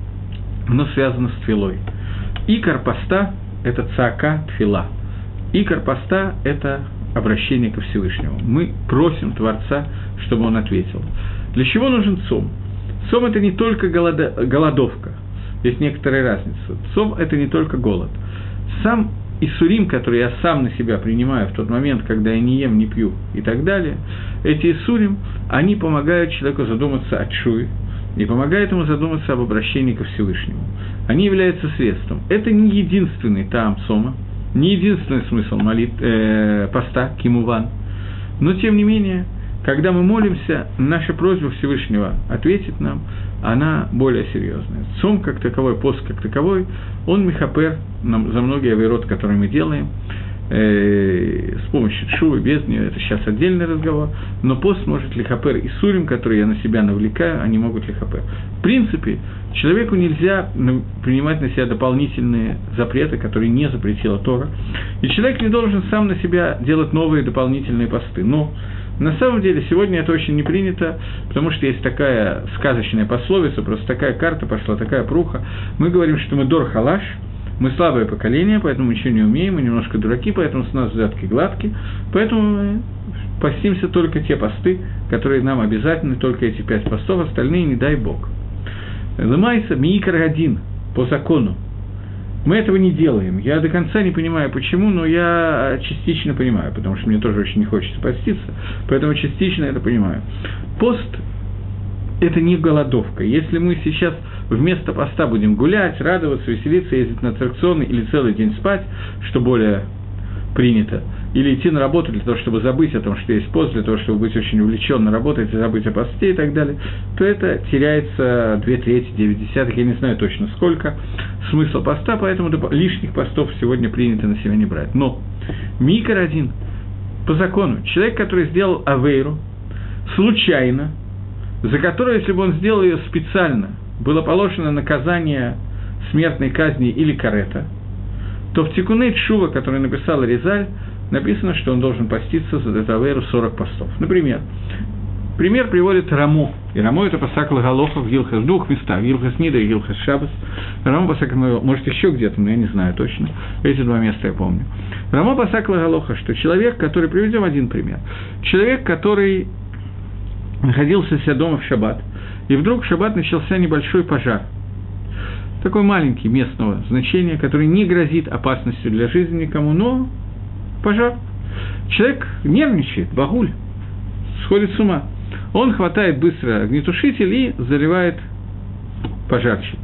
оно связано с тфилой. Икар поста – это цаака тфила. Икар поста – это обращение ко Всевышнему. Мы просим Творца, чтобы он ответил. Для чего нужен цом? Цом – это не только голода, голодовка. Есть некоторая разница. Цом – это не только голод. Сам иссурим, который я сам на себя принимаю в тот момент, когда я не ем, не пью и так далее, эти иссурим, они помогают человеку задуматься о чуе и помогают ему задуматься об обращении ко Всевышнему. Они являются средством. Это не единственный таам цома, не единственный смысл молит, э, поста, кимуван, но тем не менее, когда мы молимся, наша просьба Всевышнего ответит нам, она более серьезная. Цом как таковой, пост как таковой, он михапер нам за многие авейрот, которые мы делаем, э, с помощью тшувы, без нее, это сейчас отдельный разговор, но пост может лихапер и сурим, которые я на себя навлекаю, они могут лихапер. В принципе, человеку нельзя принимать на себя дополнительные запреты, которые не запретила Тора, и человек не должен сам на себя делать новые дополнительные посты, но на самом деле, сегодня это очень не принято, потому что есть такая сказочная пословица, просто такая карта пошла, такая пруха. Мы говорим, что мы дор халаш, мы слабое поколение, поэтому мы ничего не умеем, мы немножко дураки, поэтому с нас взятки гладкие, поэтому мы постимся только те посты, которые нам обязательны, только эти пять постов, остальные не дай Бог. Лымайса миикар один, по закону. Мы этого не делаем. Я до конца не понимаю, почему, но я частично понимаю, потому что мне тоже очень не хочется поститься, поэтому частично это понимаю. Пост – это не голодовка. Если мы сейчас вместо поста будем гулять, радоваться, веселиться, ездить на аттракционы или целый день спать, что более принято, или идти на работу для того, чтобы забыть о том, что есть пост, для того, чтобы быть очень увлеченно работать и забыть о посте и так далее, то это теряется две трети, девять десятых, я не знаю точно сколько, смысла поста, поэтому лишних постов сегодня принято на себя не брать. Но микр один, по закону, человек, который сделал авейру, случайно, за которую, если бы он сделал ее специально, было положено наказание смертной казни или карета, то в Тикуней Тшува, который написал Ризаль, написано, что он должен поститься за эту авейру сорок постов. Например, пример приводит Рамо. И Рамо – это пасак Лагалоха в Гилхас, в двух местах, в Гилхас Нида и Гилхас Шабас. Рамо пасак, может, еще где-то, но я не знаю точно. Эти два места я помню. Рамо пасак Лагалоха, что человек, который, приведем один пример, человек, который находился у себя дома в шаббат, и вдруг в шаббат начался небольшой пожар. Такой маленький, местного значения, который не грозит опасностью для жизни никому, но пожар. Человек нервничает, багуль, сходит с ума. Он хватает быстро огнетушитель и заливает пожарчик,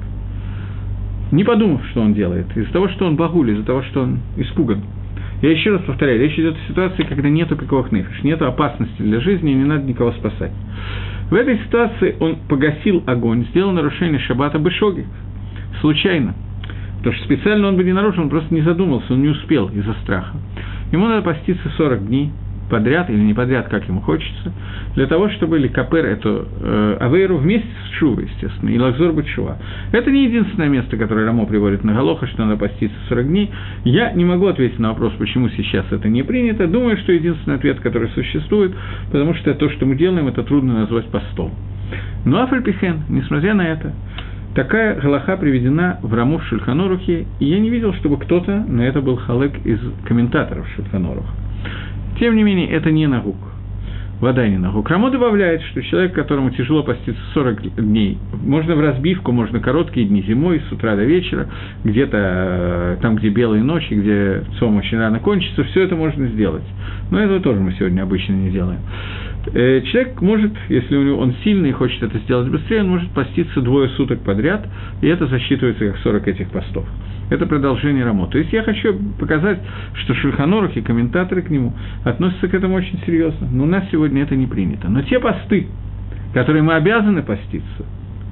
не подумав, что он делает, из-за того, что он багуль, из-за того, что он испуган. Я еще раз повторяю, речь идет о ситуации, когда нету пикох нефиш, нету опасности для жизни, и не надо никого спасать. В этой ситуации он погасил огонь, сделал нарушение шаббата бешоги, случайно. Потому что специально он бы не нарушил, он просто не задумался, он не успел из-за страха. Ему надо поститься сорок дней, подряд, или не подряд, как ему хочется, для того, чтобы ликапер эту э, авейру вместе с шувой, естественно, и лахзор быть шува. Это не единственное место, которое Рамо приводит на Галоха, что надо поститься сорок дней. Я не могу ответить на вопрос, почему сейчас это не принято. Думаю, что единственный ответ, который существует, потому что то, что мы делаем, это трудно назвать постом. Но Афальпихен, несмотря на это, такая галаха приведена в Раму в Шульхан Арухе, и я не видел, чтобы кто-то на это был халек из комментаторов Шульхан Аруха. Тем не менее, это не нагук. Вода не нагук. Рамо добавляет, что человек, которому тяжело поститься сорок дней, можно в разбивку, можно короткие дни зимой, с утра до вечера, где-то там, где белые ночи, где цом очень рано кончится, все это можно сделать. Но этого тоже мы сегодня обычно не делаем. Человек может, если у него он сильный и хочет это сделать быстрее, он может поститься двое суток подряд, и это засчитывается как сорок этих постов. Это продолжение Рамо. То есть я хочу показать, что Шульхан Арух и комментаторы к нему относятся к этому очень серьезно. Но у нас сегодня это не принято. Но те посты, которые мы обязаны поститься,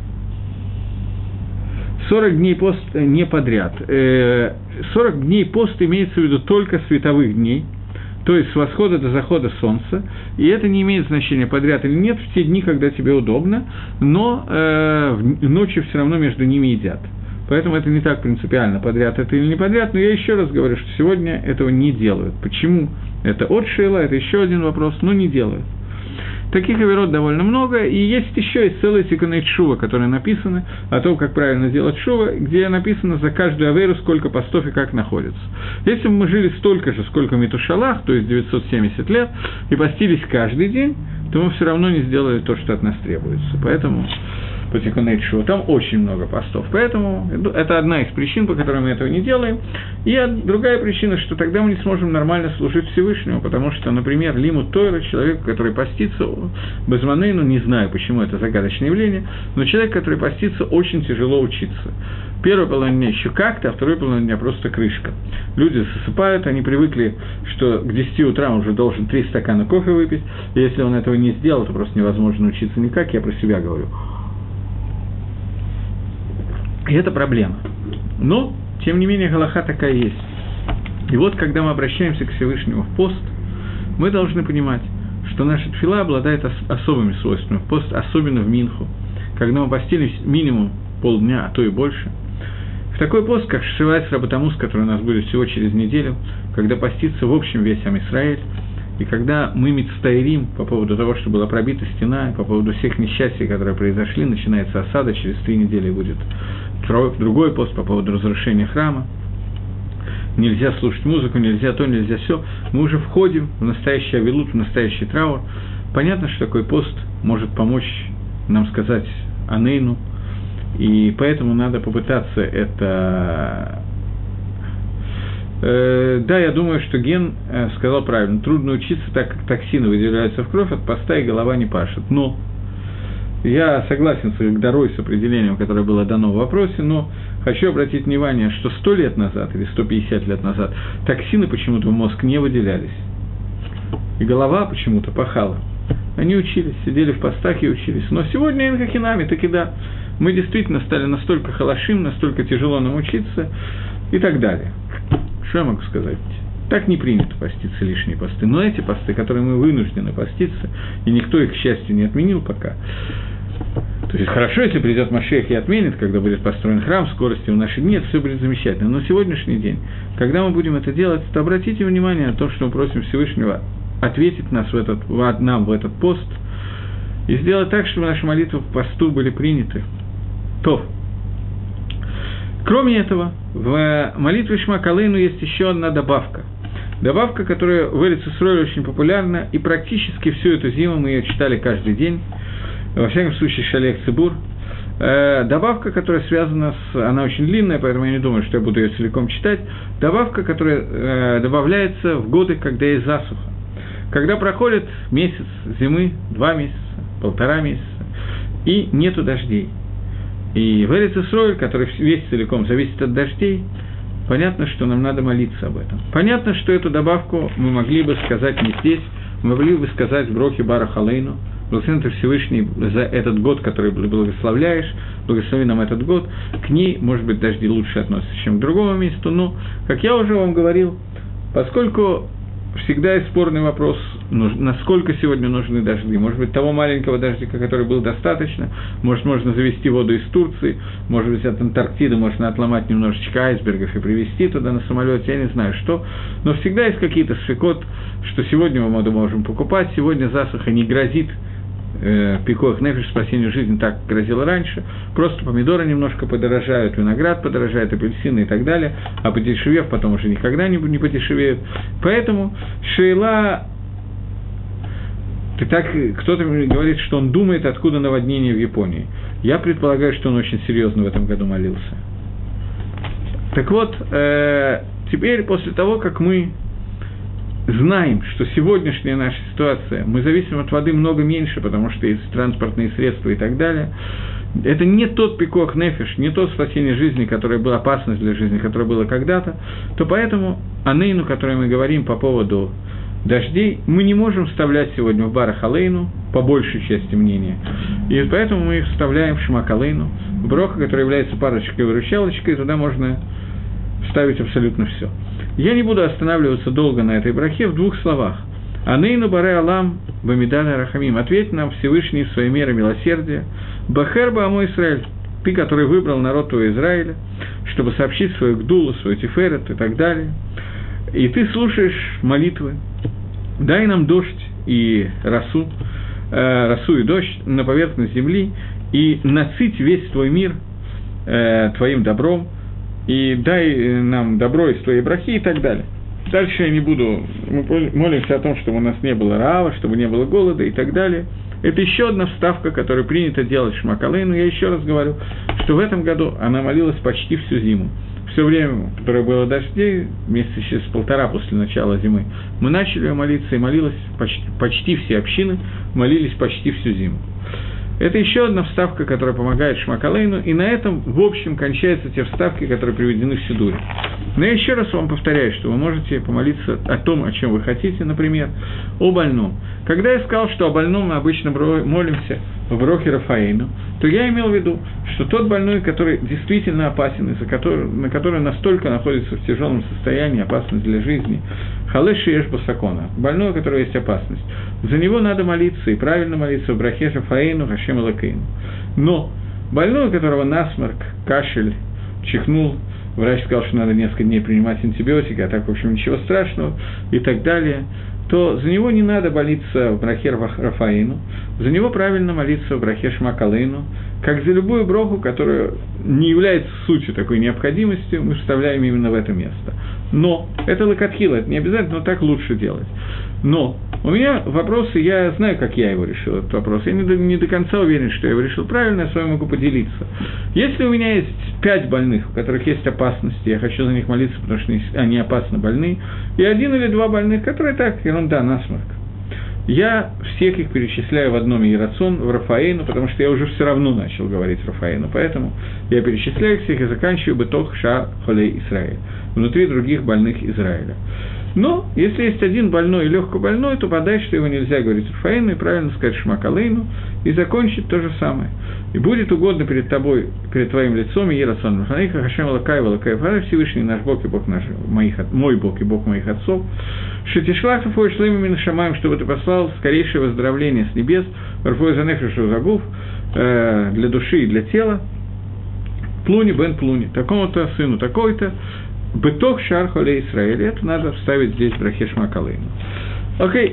сорок дней пост не подряд. сорок дней пост имеется в виду только световых дней, то есть с восхода до захода солнца, и это не имеет значения, подряд или нет, в те дни, когда тебе удобно, но э, ночью все равно между ними едят. Поэтому это не так принципиально, подряд это или не подряд, но я еще раз говорю, что сегодня этого не делают. Почему? Это от Шейла, это еще один вопрос, но не делают. Таких аверот довольно много, и есть еще и целая тикуней шува, которые написаны о том, как правильно делать шува, где написано за каждую аверу, сколько постов и как находится. Если бы мы жили столько же, сколько Метушалах, то есть девятьсот семьдесят лет, и постились каждый день, то мы все равно не сделали то, что от нас требуется. Поэтому по тикуней шува там очень много постов. Поэтому это одна из причин, по которой мы этого не делаем. И другая причина, что тогда мы не сможем нормально служить Всевышнему, потому что, например, лимут Тойра, человек, который постится, безманейну, не знаю, почему это загадочное явление, но человек, который постится, очень тяжело учиться. Первая половина дня еще как-то, а вторая половина дня просто крышка. Люди засыпают, они привыкли, что к десяти утра он уже должен три стакана кофе выпить, и если он этого не сделал, то просто невозможно учиться никак, я про себя говорю. И это проблема. Но, тем не менее, галаха такая есть. И вот, когда мы обращаемся к Всевышнему в пост, мы должны понимать, что наша тфила обладает ос- особыми свойствами. Пост особенно в Минху, когда мы постились минимум полдня, а то и больше. В такой пост, как Шивайс Рабатамус, который у нас будет всего через неделю, когда постится в общем весь Ам Исраэль, и когда мы мицтаирим по поводу того, что была пробита стена, по поводу всех несчастий, которые произошли, начинается осада, через три недели будет другой пост по поводу разрушения храма, нельзя слушать музыку, нельзя то, нельзя все, мы уже входим в настоящий авилут, в настоящий траур. Понятно, что такой пост может помочь нам сказать анейну, и поэтому надо попытаться это... Э, да, я думаю, что Ген э, сказал правильно, трудно учиться, так как токсины выделяются в кровь, от поста и голова не пашет. Но я согласен с Гдарой, с определением, которое было дано в вопросе, но хочу обратить внимание, что сто лет назад или сто пятьдесят лет назад токсины почему-то в мозг не выделялись, и голова почему-то пахала. Они учились, сидели в постах и учились. Но сегодня инхахинами, таки да, мы действительно стали настолько халашим, настолько тяжело нам учиться и так далее. Что я могу сказать? Так не принято поститься лишние посты. Но эти посты, которые мы вынуждены поститься, и никто их, к счастью, не отменил пока. То есть хорошо, если придет Машиах и отменит, когда будет построен храм, скорости в наши дни, это все будет замечательно. Но сегодняшний день, когда мы будем это делать, то обратите внимание на то, что мы просим Всевышнего ответить нас в этот, нам в этот пост и сделать так, чтобы наши молитвы в посту были приняты. То. Кроме этого, в молитве Шма Колейну есть еще одна добавка. Добавка, которая в Эрец Исроэль очень популярна, и практически всю эту зиму мы ее читали каждый день, во всяком случае Шалех Цибур. Э, добавка, которая связана с... Она очень длинная, поэтому я не думаю, что я буду ее целиком читать. Добавка, которая э, добавляется в годы, когда есть засуха. Когда проходит месяц зимы, два месяца, полтора месяца, и нету дождей. И в Эрец Исроэль, который весь целиком зависит от дождей, понятно, что нам надо молиться об этом. Понятно, что эту добавку мы могли бы сказать не здесь, мы могли бы сказать в Брохе Барах Алейну, благословен ты Всевышний за этот год, который благословляешь, благослови нам этот год. К ней, может быть, дожди лучше относятся, чем к другому месту, но, как я уже вам говорил, поскольку всегда есть спорный вопрос, насколько сегодня нужны дожди. Может быть, того маленького дождика, который был достаточно, может, можно завести воду из Турции, может быть, от Антарктиды можно отломать немножечко айсбергов и привезти туда на самолете, я не знаю что. Но всегда есть какие-то сфикот, что сегодня мы можем покупать, сегодня засуха не грозит, пикох нефиш, спасению жизни, так грозило раньше, просто помидоры немножко подорожают, виноград подорожает, апельсины и так далее, а подешевев потом уже никогда не, не подешевеют. Поэтому шейла, ты так, кто-то говорит, что он думает, откуда наводнение в Японии. Я предполагаю, что он очень серьезно в этом году молился. Так вот, э, теперь после того, как мы знаем, что сегодняшняя наша ситуация, мы зависим от воды много меньше, потому что есть транспортные средства и так далее, это не тот пикох нефиш, не то спасение жизни, которое было опасность для жизни, которое было когда-то, то поэтому анейну, о которой мы говорим по поводу дождей, мы не можем вставлять сегодня в барах алейну, по большей части мнения, и поэтому мы их вставляем в шмак алейну, в броха, которая является парочкой и выручалочкой, и туда можно вставить абсолютно все. Я не буду останавливаться долго на этой брахе в двух словах. «Анейну баре алам бамидана рахамим» – «Ответь нам Всевышний в своей мере милосердия». «Бахер баамо Исраэль» – «Ты, который выбрал народ твой Израиля, чтобы сообщить свою гдулу, свой тиферет» и так далее. «И ты слушаешь молитвы. Дай нам дождь и росу, э, росу и дождь на поверхность земли, и насыть весь твой мир э, твоим добром, и дай нам добро из твоей брахи» и так далее. Дальше я не буду, мы молимся о том, чтобы у нас не было раава, чтобы не было голода и так далее. Это еще одна вставка, которую принято делать в Шмак алейну. Я еще раз говорю, что в этом году она молилась почти всю зиму. Все время, которое было дождей, месяца через полтора после начала зимы, мы начали молиться, и молилась почти, почти все общины, молились почти всю зиму. Это еще одна вставка, которая помогает Шмак алейну, и на этом, в общем, кончаются те вставки, которые приведены в Сидуре. Но я еще раз вам повторяю, что вы можете помолиться о том, о чем вы хотите, например, о больном. Когда я сказал, что о больном мы обычно молимся в брохе Рафаэйну, то я имел в виду, что тот больной, который действительно опасен, из-за которого, на который настолько находится в тяжелом состоянии, опасность для жизни, халэш еш басакона, больной, у которого есть опасность, за него надо молиться, и правильно молиться в брахе Рафаэйну, Хашем Элокейну. Но больной, у которого насморк, кашель, чихнул, врач сказал, что надо несколько дней принимать антибиотики, а так, в общем, ничего страшного, и так далее, то за него не надо молиться в брахе Рафаэйну, за него правильно молиться в брахе Шмак алейну, как за любую броху, которая не является сутью такой необходимостью, мы вставляем именно в это место. Но, это лакатхила, это не обязательно, но так лучше делать. Но у меня вопросы, я знаю, как я его решил, этот вопрос. Я не до, не до конца уверен, что я его решил правильно, я с вами могу поделиться. Если у меня есть пять больных, у которых есть опасность, я хочу за них молиться, потому что они опасно больны, и один или два больных, которые так, ерунда, насморк, я всех их перечисляю в одном иерацион, в Рафаэйну, потому что я уже все равно начал говорить Рафаэйну, поэтому я перечисляю всех и заканчиваю бетох ша холей Исраэль, внутри других больных Израиля. Но, если есть один больной и легко больной, то подай, что его нельзя говорить Рафаэйну, и правильно сказать Шмак алейну, и закончить то же самое. И будет угодно перед тобой, перед твоим лицом, и Ерасан Маханаиха, Хашем Лакай, Валакай, Всевышний наш Бог и Бог наш, моих, мой Бог и Бог моих отцов, Шетишлах Рафой Шлемами Нашамаем, чтобы ты послал скорейшее выздоровление с небес, Рафой Занефишу Загув, э, для души и для тела, Плуни бен Плуни, такому-то сыну такой-то, Бетох шар холей Исраэль, это надо вставить здесь в брахе Шмак алейну. Окей.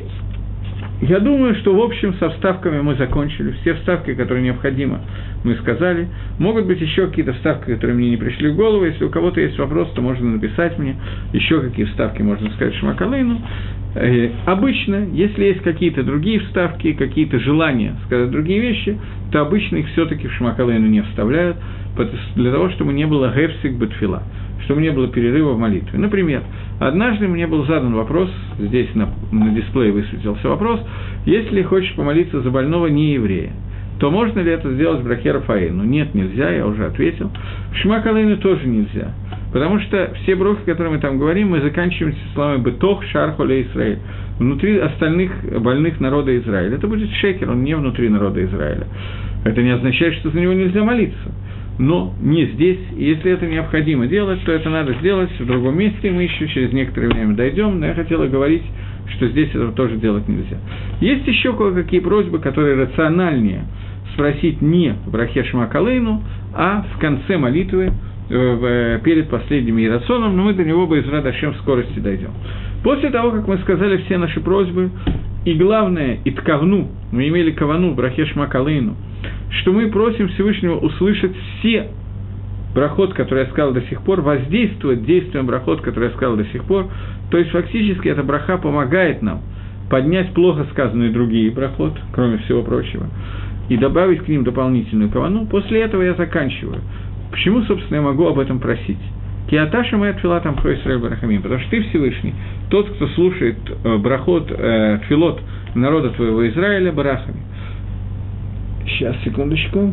Я думаю, что, в общем, со вставками мы закончили. Все вставки, которые необходимо, мы сказали. Могут быть еще какие-то вставки, которые мне не пришли в голову. Если у кого-то есть вопрос, то можно написать мне. Еще какие вставки можно сказать в Шмак алейну. Э, обычно, если есть какие-то другие вставки, какие-то желания сказать другие вещи, то обычно их все-таки в Шмак алейну не вставляют, для того, чтобы не было гефсик бетфила, чтобы не было перерыва в молитве. Например, однажды мне был задан вопрос, здесь на, на дисплее высветился вопрос, если хочешь помолиться за больного нееврея, то можно ли это сделать в брахе Рафаэйну? Нет, нельзя, я уже ответил. В Шмак алейну тоже нельзя, потому что все брохи, которые мы там говорим, мы заканчиваем словами «бетох шар холей Исраэль», внутри остальных больных народа Израиля. Это будет шекер, он не внутри народа Израиля. Это не означает, что за него нельзя молиться. но не здесь. И если это необходимо делать, то это надо сделать в другом месте, мы еще через некоторое время дойдем, но я хотела говорить, что здесь этого тоже делать нельзя. Есть еще кое-какие просьбы, которые рациональнее спросить не в брахе Шма Колейну, а в конце молитвы, перед последним Иерационом, но мы до него Бе'эзрат Ашем в скорости дойдем. После того, как мы сказали все наши просьбы, и главное, и ткавну, мы имели кавану в брахе Шма Колейну, что мы просим Всевышнего услышать все брахот, который я сказал до сих пор, воздействовать действием брахот, который я сказал до сих пор, то есть фактически эта браха помогает нам поднять плохо сказанные другие брахот, кроме всего прочего, и добавить к ним дополнительную кавану. После этого я заканчиваю. Почему, собственно, я могу об этом просить? Киаташа моя тфила там хойсрель барахамим, потому что ты Всевышний, тот, кто слушает э, брахот, э, тфилот народа твоего Израиля барахами. Сейчас, секундочку.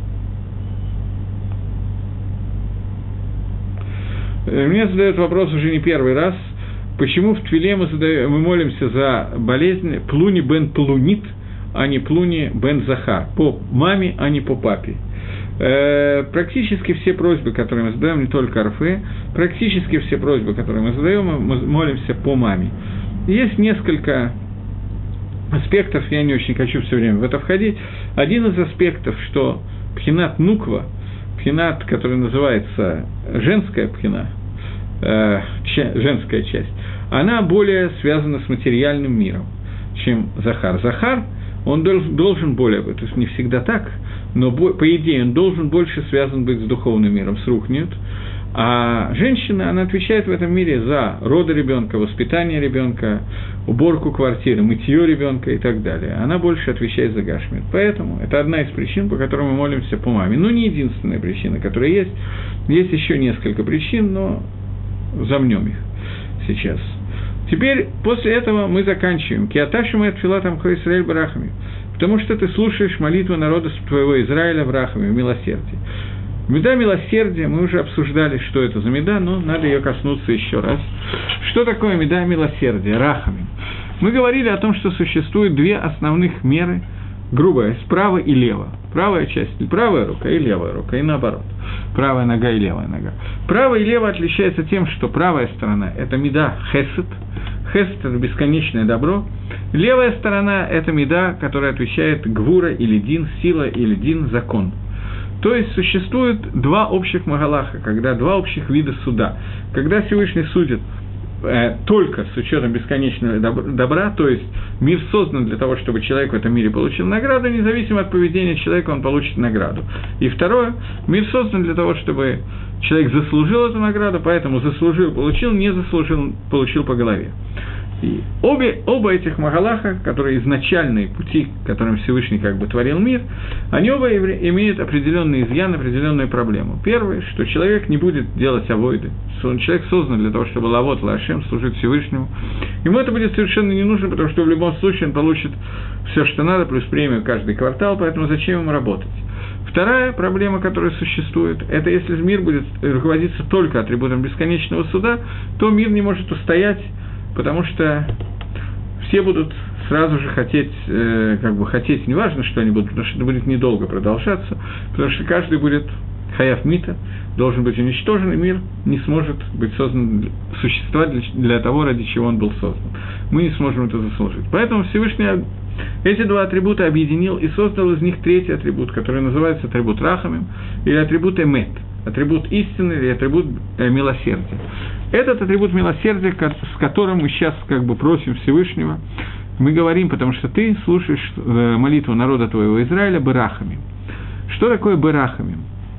Мне задают вопрос уже не первый раз, почему в Твиле мы, задаем, мы молимся за болезнь Плуни бен Плунит, а не Плуни бен Захар, по маме, а не по папе. Э, практически все просьбы, которые мы задаем, не только Арфе, практически все просьбы, которые мы задаем, мы молимся по маме. Есть несколько аспектов, я не очень хочу все время в это входить. Один из аспектов, что пхинат нуква, пхинат, который называется женская пхина, э, ча, женская часть, она более связана с материальным миром, чем Захар. Захар, он должен, должен более, то есть не всегда так, но по идее он должен больше связан быть с духовным миром, с рухнет. А женщина, она отвечает в этом мире за роды ребенка, воспитание ребенка, уборку квартиры, мытье ребенка и так далее. Она больше отвечает за гашмит. Поэтому это одна из причин, по которой мы молимся по маме. Но не единственная причина, которая есть. Есть еще несколько причин, но замнем их сейчас. Теперь, после этого мы заканчиваем. Киаташим и атфилатам хойсрель барахами. Потому что ты слушаешь молитву народа твоего Израиля в рахаме, в милосердии. Меда милосердия, мы уже обсуждали, что это за меда, но надо ее коснуться еще раз. Что такое меда милосердия, рахами? Мы говорили о том, что существует две основных меры, грубая, справа и лево. Правая часть, правая рука и левая рука, и наоборот. Правая нога и левая нога. Право и лево отличается тем, что правая сторона – это меда хесед, хесед – это бесконечное добро. Левая сторона – это меда, которая отвечает гвура или дин, сила или дин, закон. То есть существует два общих магалаха, когда два общих вида суда. Когда Всевышний судит э, только с учетом бесконечного добра, то есть мир создан для того, чтобы человек в этом мире получил награду, независимо от поведения человека он получит награду. И второе, мир создан для того, чтобы человек заслужил эту награду, поэтому заслужил, получил, не заслужил, получил по голове. И обе, оба этих магалаха, которые изначальные пути, которым Всевышний как бы творил мир, они оба имеют определенный изъян, определенную проблему. Первое, что человек не будет делать авойды. Человек создан для того, чтобы лавот лашем, служить Всевышнему. Ему это будет совершенно не нужно, потому что в любом случае он получит все, что надо, плюс премию каждый квартал, поэтому зачем ему работать? Вторая проблема, которая существует, это если мир будет руководиться только атрибутом бесконечного суда, то мир не может устоять, потому что все будут сразу же хотеть, э, как бы хотеть, неважно, что они будут, потому что это будет недолго продолжаться, потому что каждый будет хаяв мита, должен быть уничтожен, и мир не сможет быть создан, существовать для, для того, ради чего он был создан. Мы не сможем это заслужить. Поэтому Всевышний эти два атрибута объединил и создал из них третий атрибут, который называется атрибут рахамим, или атрибут эмет, атрибут истины или атрибут э, милосердия. Этот атрибут милосердия, с которым мы сейчас как бы просим Всевышнего, мы говорим, потому что ты слушаешь молитву народа твоего Израиля берахами. Что такое берахами?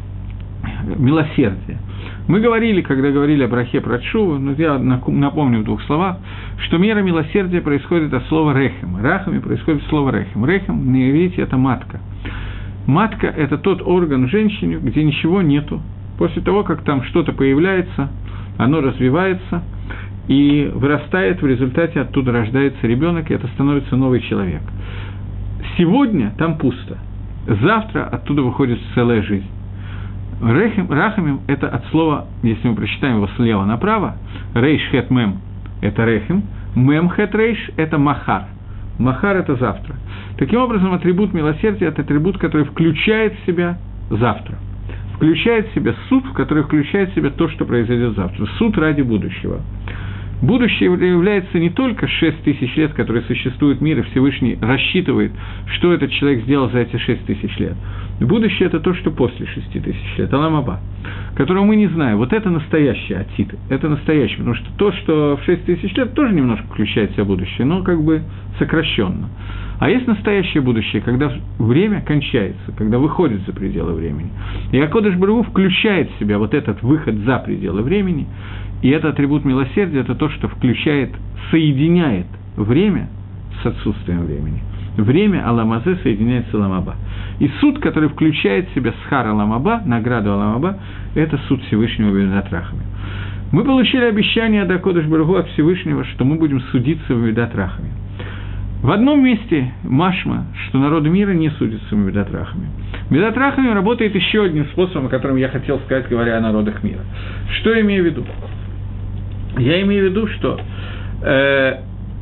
Милосердие. Мы говорили, когда говорили о брахе про тшуву, но я напомню в двух словах, что мера милосердия происходит от слова рехем. Рахами происходит от слова рехем. Рехем, на иврите, это матка. Матка – это тот орган в женщине, где ничего нету. После того, как там что-то появляется, оно развивается и вырастает, в результате оттуда рождается ребенок, и это становится новый человек. Сегодня там пусто, завтра оттуда выходит целая жизнь. Рехем, рахамим – это от слова, если мы прочитаем его слева направо, рейш хет мем – это рехем, мем хет рейш – это махар. Махар – это завтра. Таким образом, атрибут милосердия – это атрибут, который включает в себя завтра. включает в себя суд, в который включает в себя то, что произойдет завтра. Суд ради будущего. Будущее является не только шесть тысяч лет, которые существует мир, и Всевышний рассчитывает, что этот человек сделал за эти шесть тысяч лет. Будущее – это то, что после шести тысяч лет, Олам Аба, которого мы не знаем. Вот это настоящее Атид, это настоящее, потому что то, что в шесть тысяч лет, тоже немножко включает в себя будущее, но как бы сокращенно. А есть настоящее будущее, когда время кончается, когда выходит за пределы времени. И Акодыш Барух Hu включает в себя вот этот выход за пределы времени, и это атрибут милосердия, это то, что включает, соединяет время с отсутствием времени. Время Олам Азе соединяется с Олам Аба. И суд, который включает в себя схар Олам Аба, награду Олам Аба, это суд Всевышнего Вивидат Рахами. Мы получили обещание от Акодыш Барух Ху, от Всевышнего, что мы будем судиться в Вивидат Рахами. В одном месте Машма, что народы мира не судятся в Вивидат Рахами. Вивидат Рахами работает еще одним способом, о котором я хотел сказать, говоря о народах мира. Что я имею в виду? Я имею в виду, что э,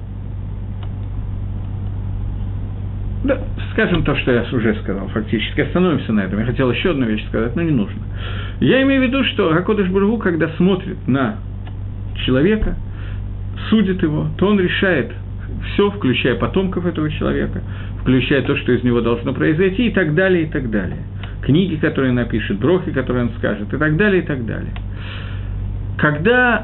да, скажем то, что я уже сказал, фактически, остановимся на этом. Я хотел еще одну вещь сказать, но не нужно. Я имею в виду, что Акодыш Барух Ху, когда смотрит на человека, судит его, то он решает все, включая потомков этого человека, включая то, что из него должно произойти, и так далее, и так далее. Книги, которые он напишет, брохи, которые он скажет, и так далее, и так далее. Когда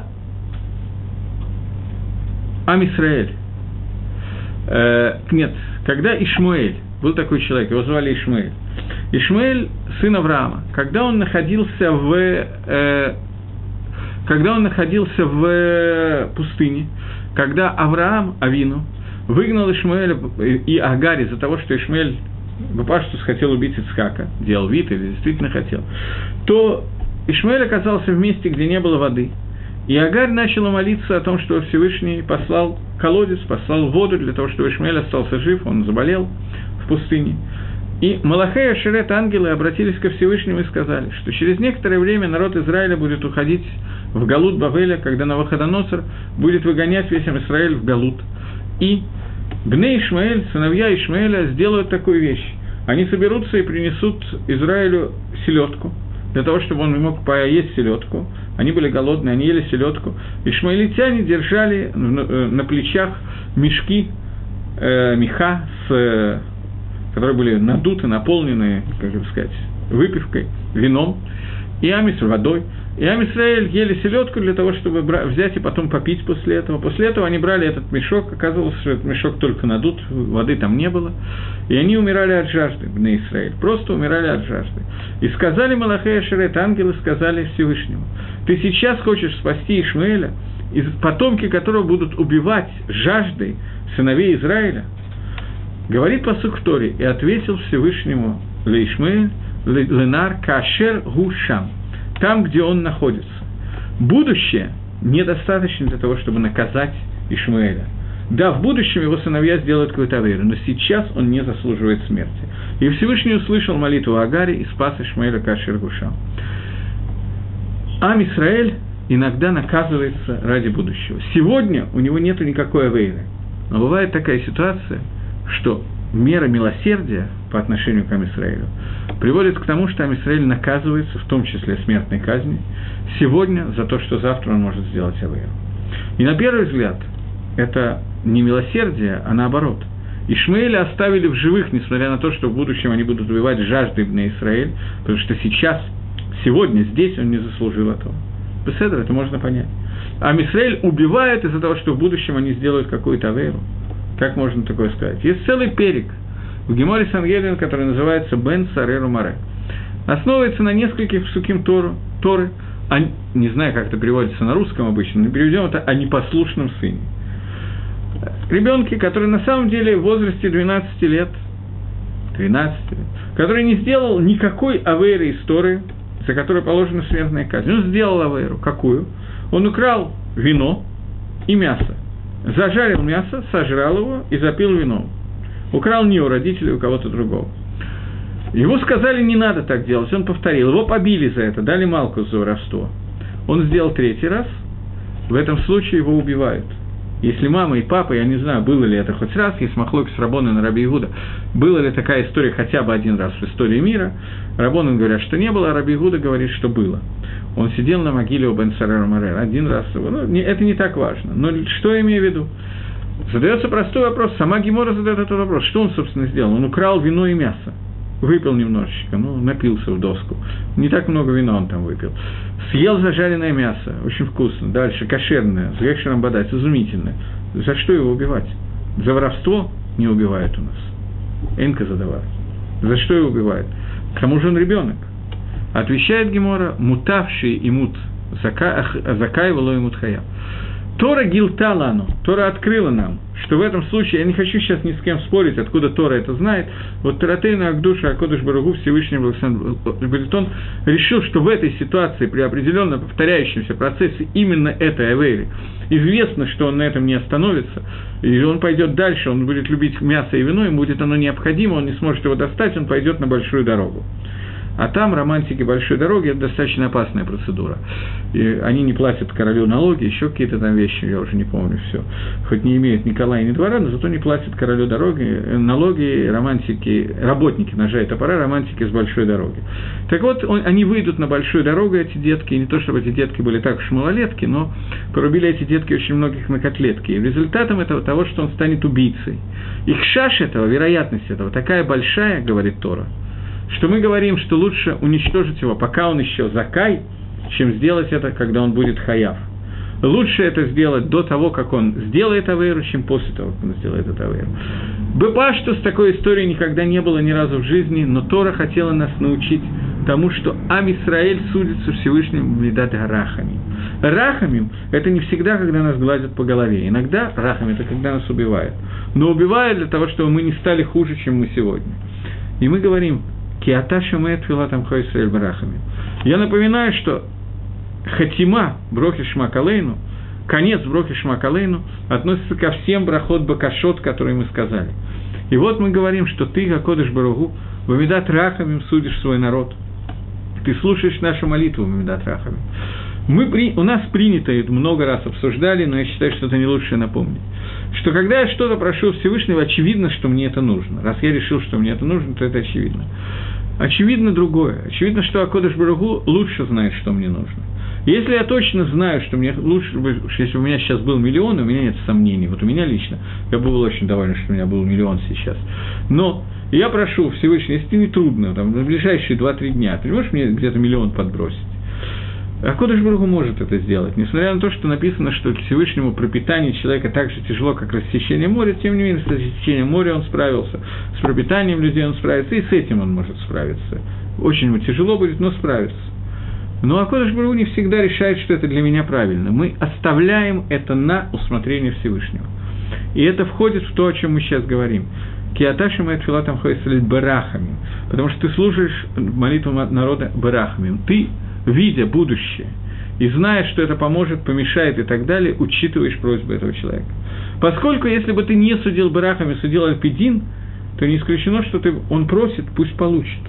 Ам Исраэль, э, нет, когда Ишмаэль, был такой человек, его звали Ишмаэль, Ишмаэль, сын Авраама, когда он находился в, э, когда он находился в пустыне, когда Авраам, Авину, выгнал Ишмаэля и Агарь из-за того, что Ишмаэль Бапаштус хотел убить Ицхака, делал вид или действительно хотел, то Ишмаэль оказался в месте, где не было воды. И Агарь начала молиться о том, что Всевышний послал колодец, послал воду для того, чтобы Ишмаэль остался жив, он заболел в пустыне. И Малахей и Ашерет, ангелы, обратились ко Всевышнему и сказали, что через некоторое время народ Израиля будет уходить в Галут Бавеля, когда Навуходоносор будет выгонять весь Израиль в Галут. И Бней Ишмаэль, сыновья Ишмаэля, сделают такую вещь. Они соберутся и принесут Израилю селедку, для того, чтобы он мог поесть селедку. Они были голодные, они ели селедку. Ишмаэлитяне держали на плечах мешки, э, меха, с, которые были надуты, наполнены, как бы сказать, выпивкой, вином, и амис водой. И Ам Исраэль ели селедку для того, чтобы взять и потом попить после этого. После этого они брали этот мешок, оказывалось, что этот мешок только надут, воды там не было. И они умирали от жажды, Бней Исраэль, просто умирали от жажды. И сказали Малахей и Ашерет, ангелы сказали Всевышнему, ты сейчас хочешь спасти Ишмаэля, из потомки которого будут убивать жаждой сыновей Израиля? Говорит пасук в Торе, и ответил Всевышнему ле Ишмаэль, ленар кашер гушам, там, где он находится. Будущее недостаточно для того, чтобы наказать Ишмаэля. Да, в будущем его сыновья сделают какую-то аверу, но сейчас он не заслуживает смерти. И Всевышний услышал молитву Агари и спас Ишмаэля кашер гушам. Ам Исраэль иногда наказывается ради будущего. Сегодня у него нет никакой авейры. Но бывает такая ситуация, что мера милосердия по отношению к Ам Исраэлю приводит к тому, что Ам Исраэль наказывается, в том числе смертной казнью, сегодня за то, что завтра он может сделать авейру. И на первый взгляд это не милосердие, а наоборот. Ишмаэля оставили в живых, несмотря на то, что в будущем они будут убивать жаждой Бней Исраэль, потому что сейчас, сегодня, здесь он не заслужил этого. Беседер, это можно понять. Ам Исраэль убивает из-за того, что в будущем они сделают какую-то авейру. Как можно такое сказать? Есть целый перек в Геморе Сангедрин, который называется «Бен Сареру Маре». Основывается на нескольких псуким Тору, Торы, а, не знаю, как это переводится на русском обычно, но переведем это «о непослушном сыне». Ребенке, который на самом деле в возрасте двенадцати лет, тринадцати лет, который не сделал никакой авейры из Торы, за которой положена смертная казнь. Он сделал авейру. Какую? Он украл вино и мясо. Зажарил мясо, сожрал его и запил вином. Украл не у родителей, у кого-то другого. Ему сказали, не надо так делать, он повторил. Его побили за это, дали малку за воровство. Он сделал третий раз, в этом случае его убивают. Если мама и папа, я не знаю, было ли это хоть раз, есть махлокис Раббанан на Раби Иуда, была ли такая история хотя бы один раз в истории мира, Раббанан говорят, что не было, а Раби Иуда говорит, что было. Он сидел на могиле у бен Сарер Марер один раз, ну, не, это не так важно, но что я имею в виду? Задается простой вопрос, сама Гемора задает этот вопрос, что он, собственно, сделал? Он украл вино и мясо, выпил немножечко, ну, напился в доску, не так много вина он там выпил, съел зажаренное мясо, очень вкусно, дальше кошерное, с гекшером бадать, изумительное. За что его убивать? За воровство не убивают у нас. Энка задавала. За что его убивают? К тому же он ребенок. Отвечает Гемора, мутавший и мут, закай волой мут хая. Тора гилта лану, Тора открыла нам, что в этом случае, я не хочу сейчас ни с кем спорить, откуда Тора это знает, вот Торатейна Агдуша Акодыш Баругу Всевышний Балитон решил, что в этой ситуации, при определенно повторяющемся процессе именно этой авейры, известно, что он на этом не остановится, и он пойдет дальше, он будет любить мясо и вино, ему будет оно необходимо, он не сможет его достать, он пойдет на большую дорогу. А там романтики большой дороги – это достаточно опасная процедура. И они не платят королю налоги, еще какие-то там вещи, я уже не помню все. Хоть не имеют ни кола и ни двора, но зато не платят королю дороги, налоги, романтики, работники ножа и топора, романтики с большой дороги. Так вот, он, они выйдут на большую дорогу, эти детки, и не то, чтобы эти детки были так уж малолетки, но порубили эти детки очень многих на котлетки. И результатом этого того, что он станет убийцей. И хшаш этого, вероятность этого, такая большая, говорит Тора, что мы говорим, что лучше уничтожить его, пока он еще закай, чем сделать это, когда он будет хаяв. Лучше это сделать до того, как он сделает авейру, чем после того, как он сделает эту авейру. Быпа, что с такой историей никогда не было ни разу в жизни, но Тора хотела нас научить тому, что Ам Исраэль судится Всевышним Медат Рахамим. Рахамим – это не всегда, когда нас гладят по голове. Иногда Рахамим – это когда нас убивают. Но убивают для того, чтобы мы не стали хуже, чем мы сегодня. И мы говорим – Киата шамеет филатам хойсэль барахами. Я напоминаю, что хатима брохи шмакалейну, конец брохи шмакалейну относится ко всем брахот бакашот, которые мы сказали. И вот мы говорим, что ты, Акодыш Баругу, в Мидат Рахамим судишь свой народ. Ты слушаешь нашу молитву в Мидат Рахамим. Мы при, у нас принято, это много раз обсуждали, но я считаю, что это не лучше напомнить, что когда я что-то прошу Всевышнего, очевидно, что мне это нужно. Раз я решил, что мне это нужно, то это очевидно. Очевидно другое. Очевидно, что Акодыш Баругу лучше знает, что мне нужно. Если я точно знаю, что мне лучше, если у меня сейчас был миллион, у меня нет сомнений. Вот у меня лично, я был очень доволен, что у меня был миллион сейчас. Но я прошу Всевышнего, если не трудно, там, на ближайшие два-три дня, ты можешь мне где-то миллион подбросить? Акодыш Баругу может это сделать, несмотря на то, что написано, что Всевышнему пропитание человека так же тяжело, как рассечение моря, тем не менее, с рассечением моря он справился, с пропитанием людей он справится, и с этим он может справиться. Очень ему тяжело будет, но справится. Но Акодыш Баругу не всегда решает, что это для меня правильно. Мы оставляем это на усмотрение Всевышнего. И это входит в то, о чем мы сейчас говорим. Киаташи мает филатам хойсалит барахами, потому что ты слушаешь молитву народа барахами. Ты, видя будущее и зная, что это поможет, помешает и так далее, учитываешь просьбу этого человека. Поскольку, если бы ты не судил барахами, судил альпидин, то не исключено, что ты, он просит, пусть получит.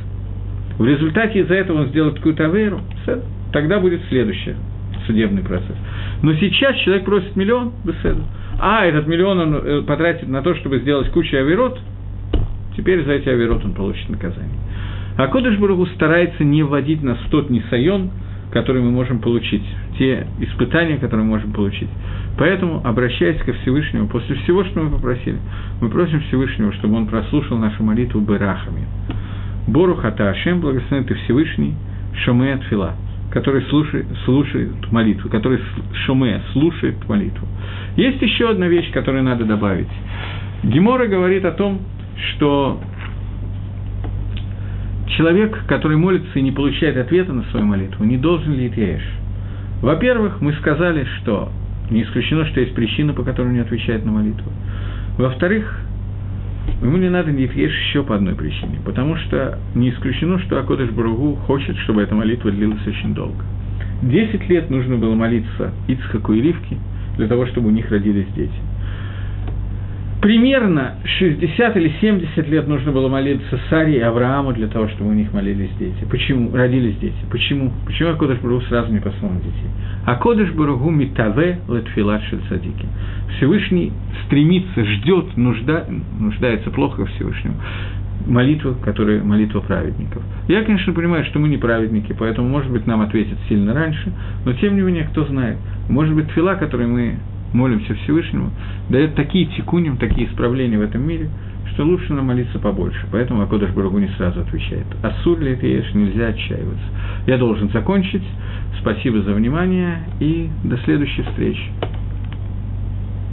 В результате из-за этого он сделает какую-то авейру, тогда будет следующий судебный процесс. Но сейчас человек просит миллион, беседу, а этот миллион он потратит на то, чтобы сделать кучу авейрот, теперь за эти авейрот он получит наказание. А Акодыш Баругу старается не вводить нас в тот несайон, который мы можем получить, те испытания, которые мы можем получить. Поэтому, обращаясь ко Всевышнему, после всего, что мы попросили, мы просим Всевышнего, чтобы он прослушал нашу молитву берахами. Борух ата Ашем, благословен ты Всевышний, шомея тфила, который слушает, слушает молитву, который шомея, слушает молитву. Есть еще одна вещь, которую надо добавить. Гемора говорит о том, что человек, который молится и не получает ответа на свою молитву, не должен ли итьяэш. Во-первых, мы сказали, что не исключено, что есть причина, по которой он не отвечает на молитву. Во-вторых, ему не надо не итьяэш еще по одной причине, потому что не исключено, что Акодыш Баругу хочет, чтобы эта молитва длилась очень долго. Десять лет нужно было молиться Ицхаку и Ривке для того, чтобы у них родились дети. примерно шестьдесят или семьдесят лет нужно было молиться Саре и Аврааму для того, чтобы у них молились дети. Почему? Родились дети. Почему? Почему Акодыш Барух Ху сразу не послал детей? Акодыш Барух Ху митаве летфилат шель цадики. Всевышний стремится, ждет, нужда, нуждается плохо Всевышнему. Молитва, которая молитва праведников. Я, конечно, понимаю, что мы не праведники, поэтому, может быть, нам ответят сильно раньше, но, тем не менее, кто знает. Может быть, тфила, которой мы молимся Всевышнему, дает такие тикуним, такие исправления в этом мире, что лучше нам молиться побольше. Поэтому Акодыш Барух Ху не сразу отвечает. Асур ли это есть, нельзя отчаиваться. Я должен закончить. Спасибо за внимание и до следующей встречи.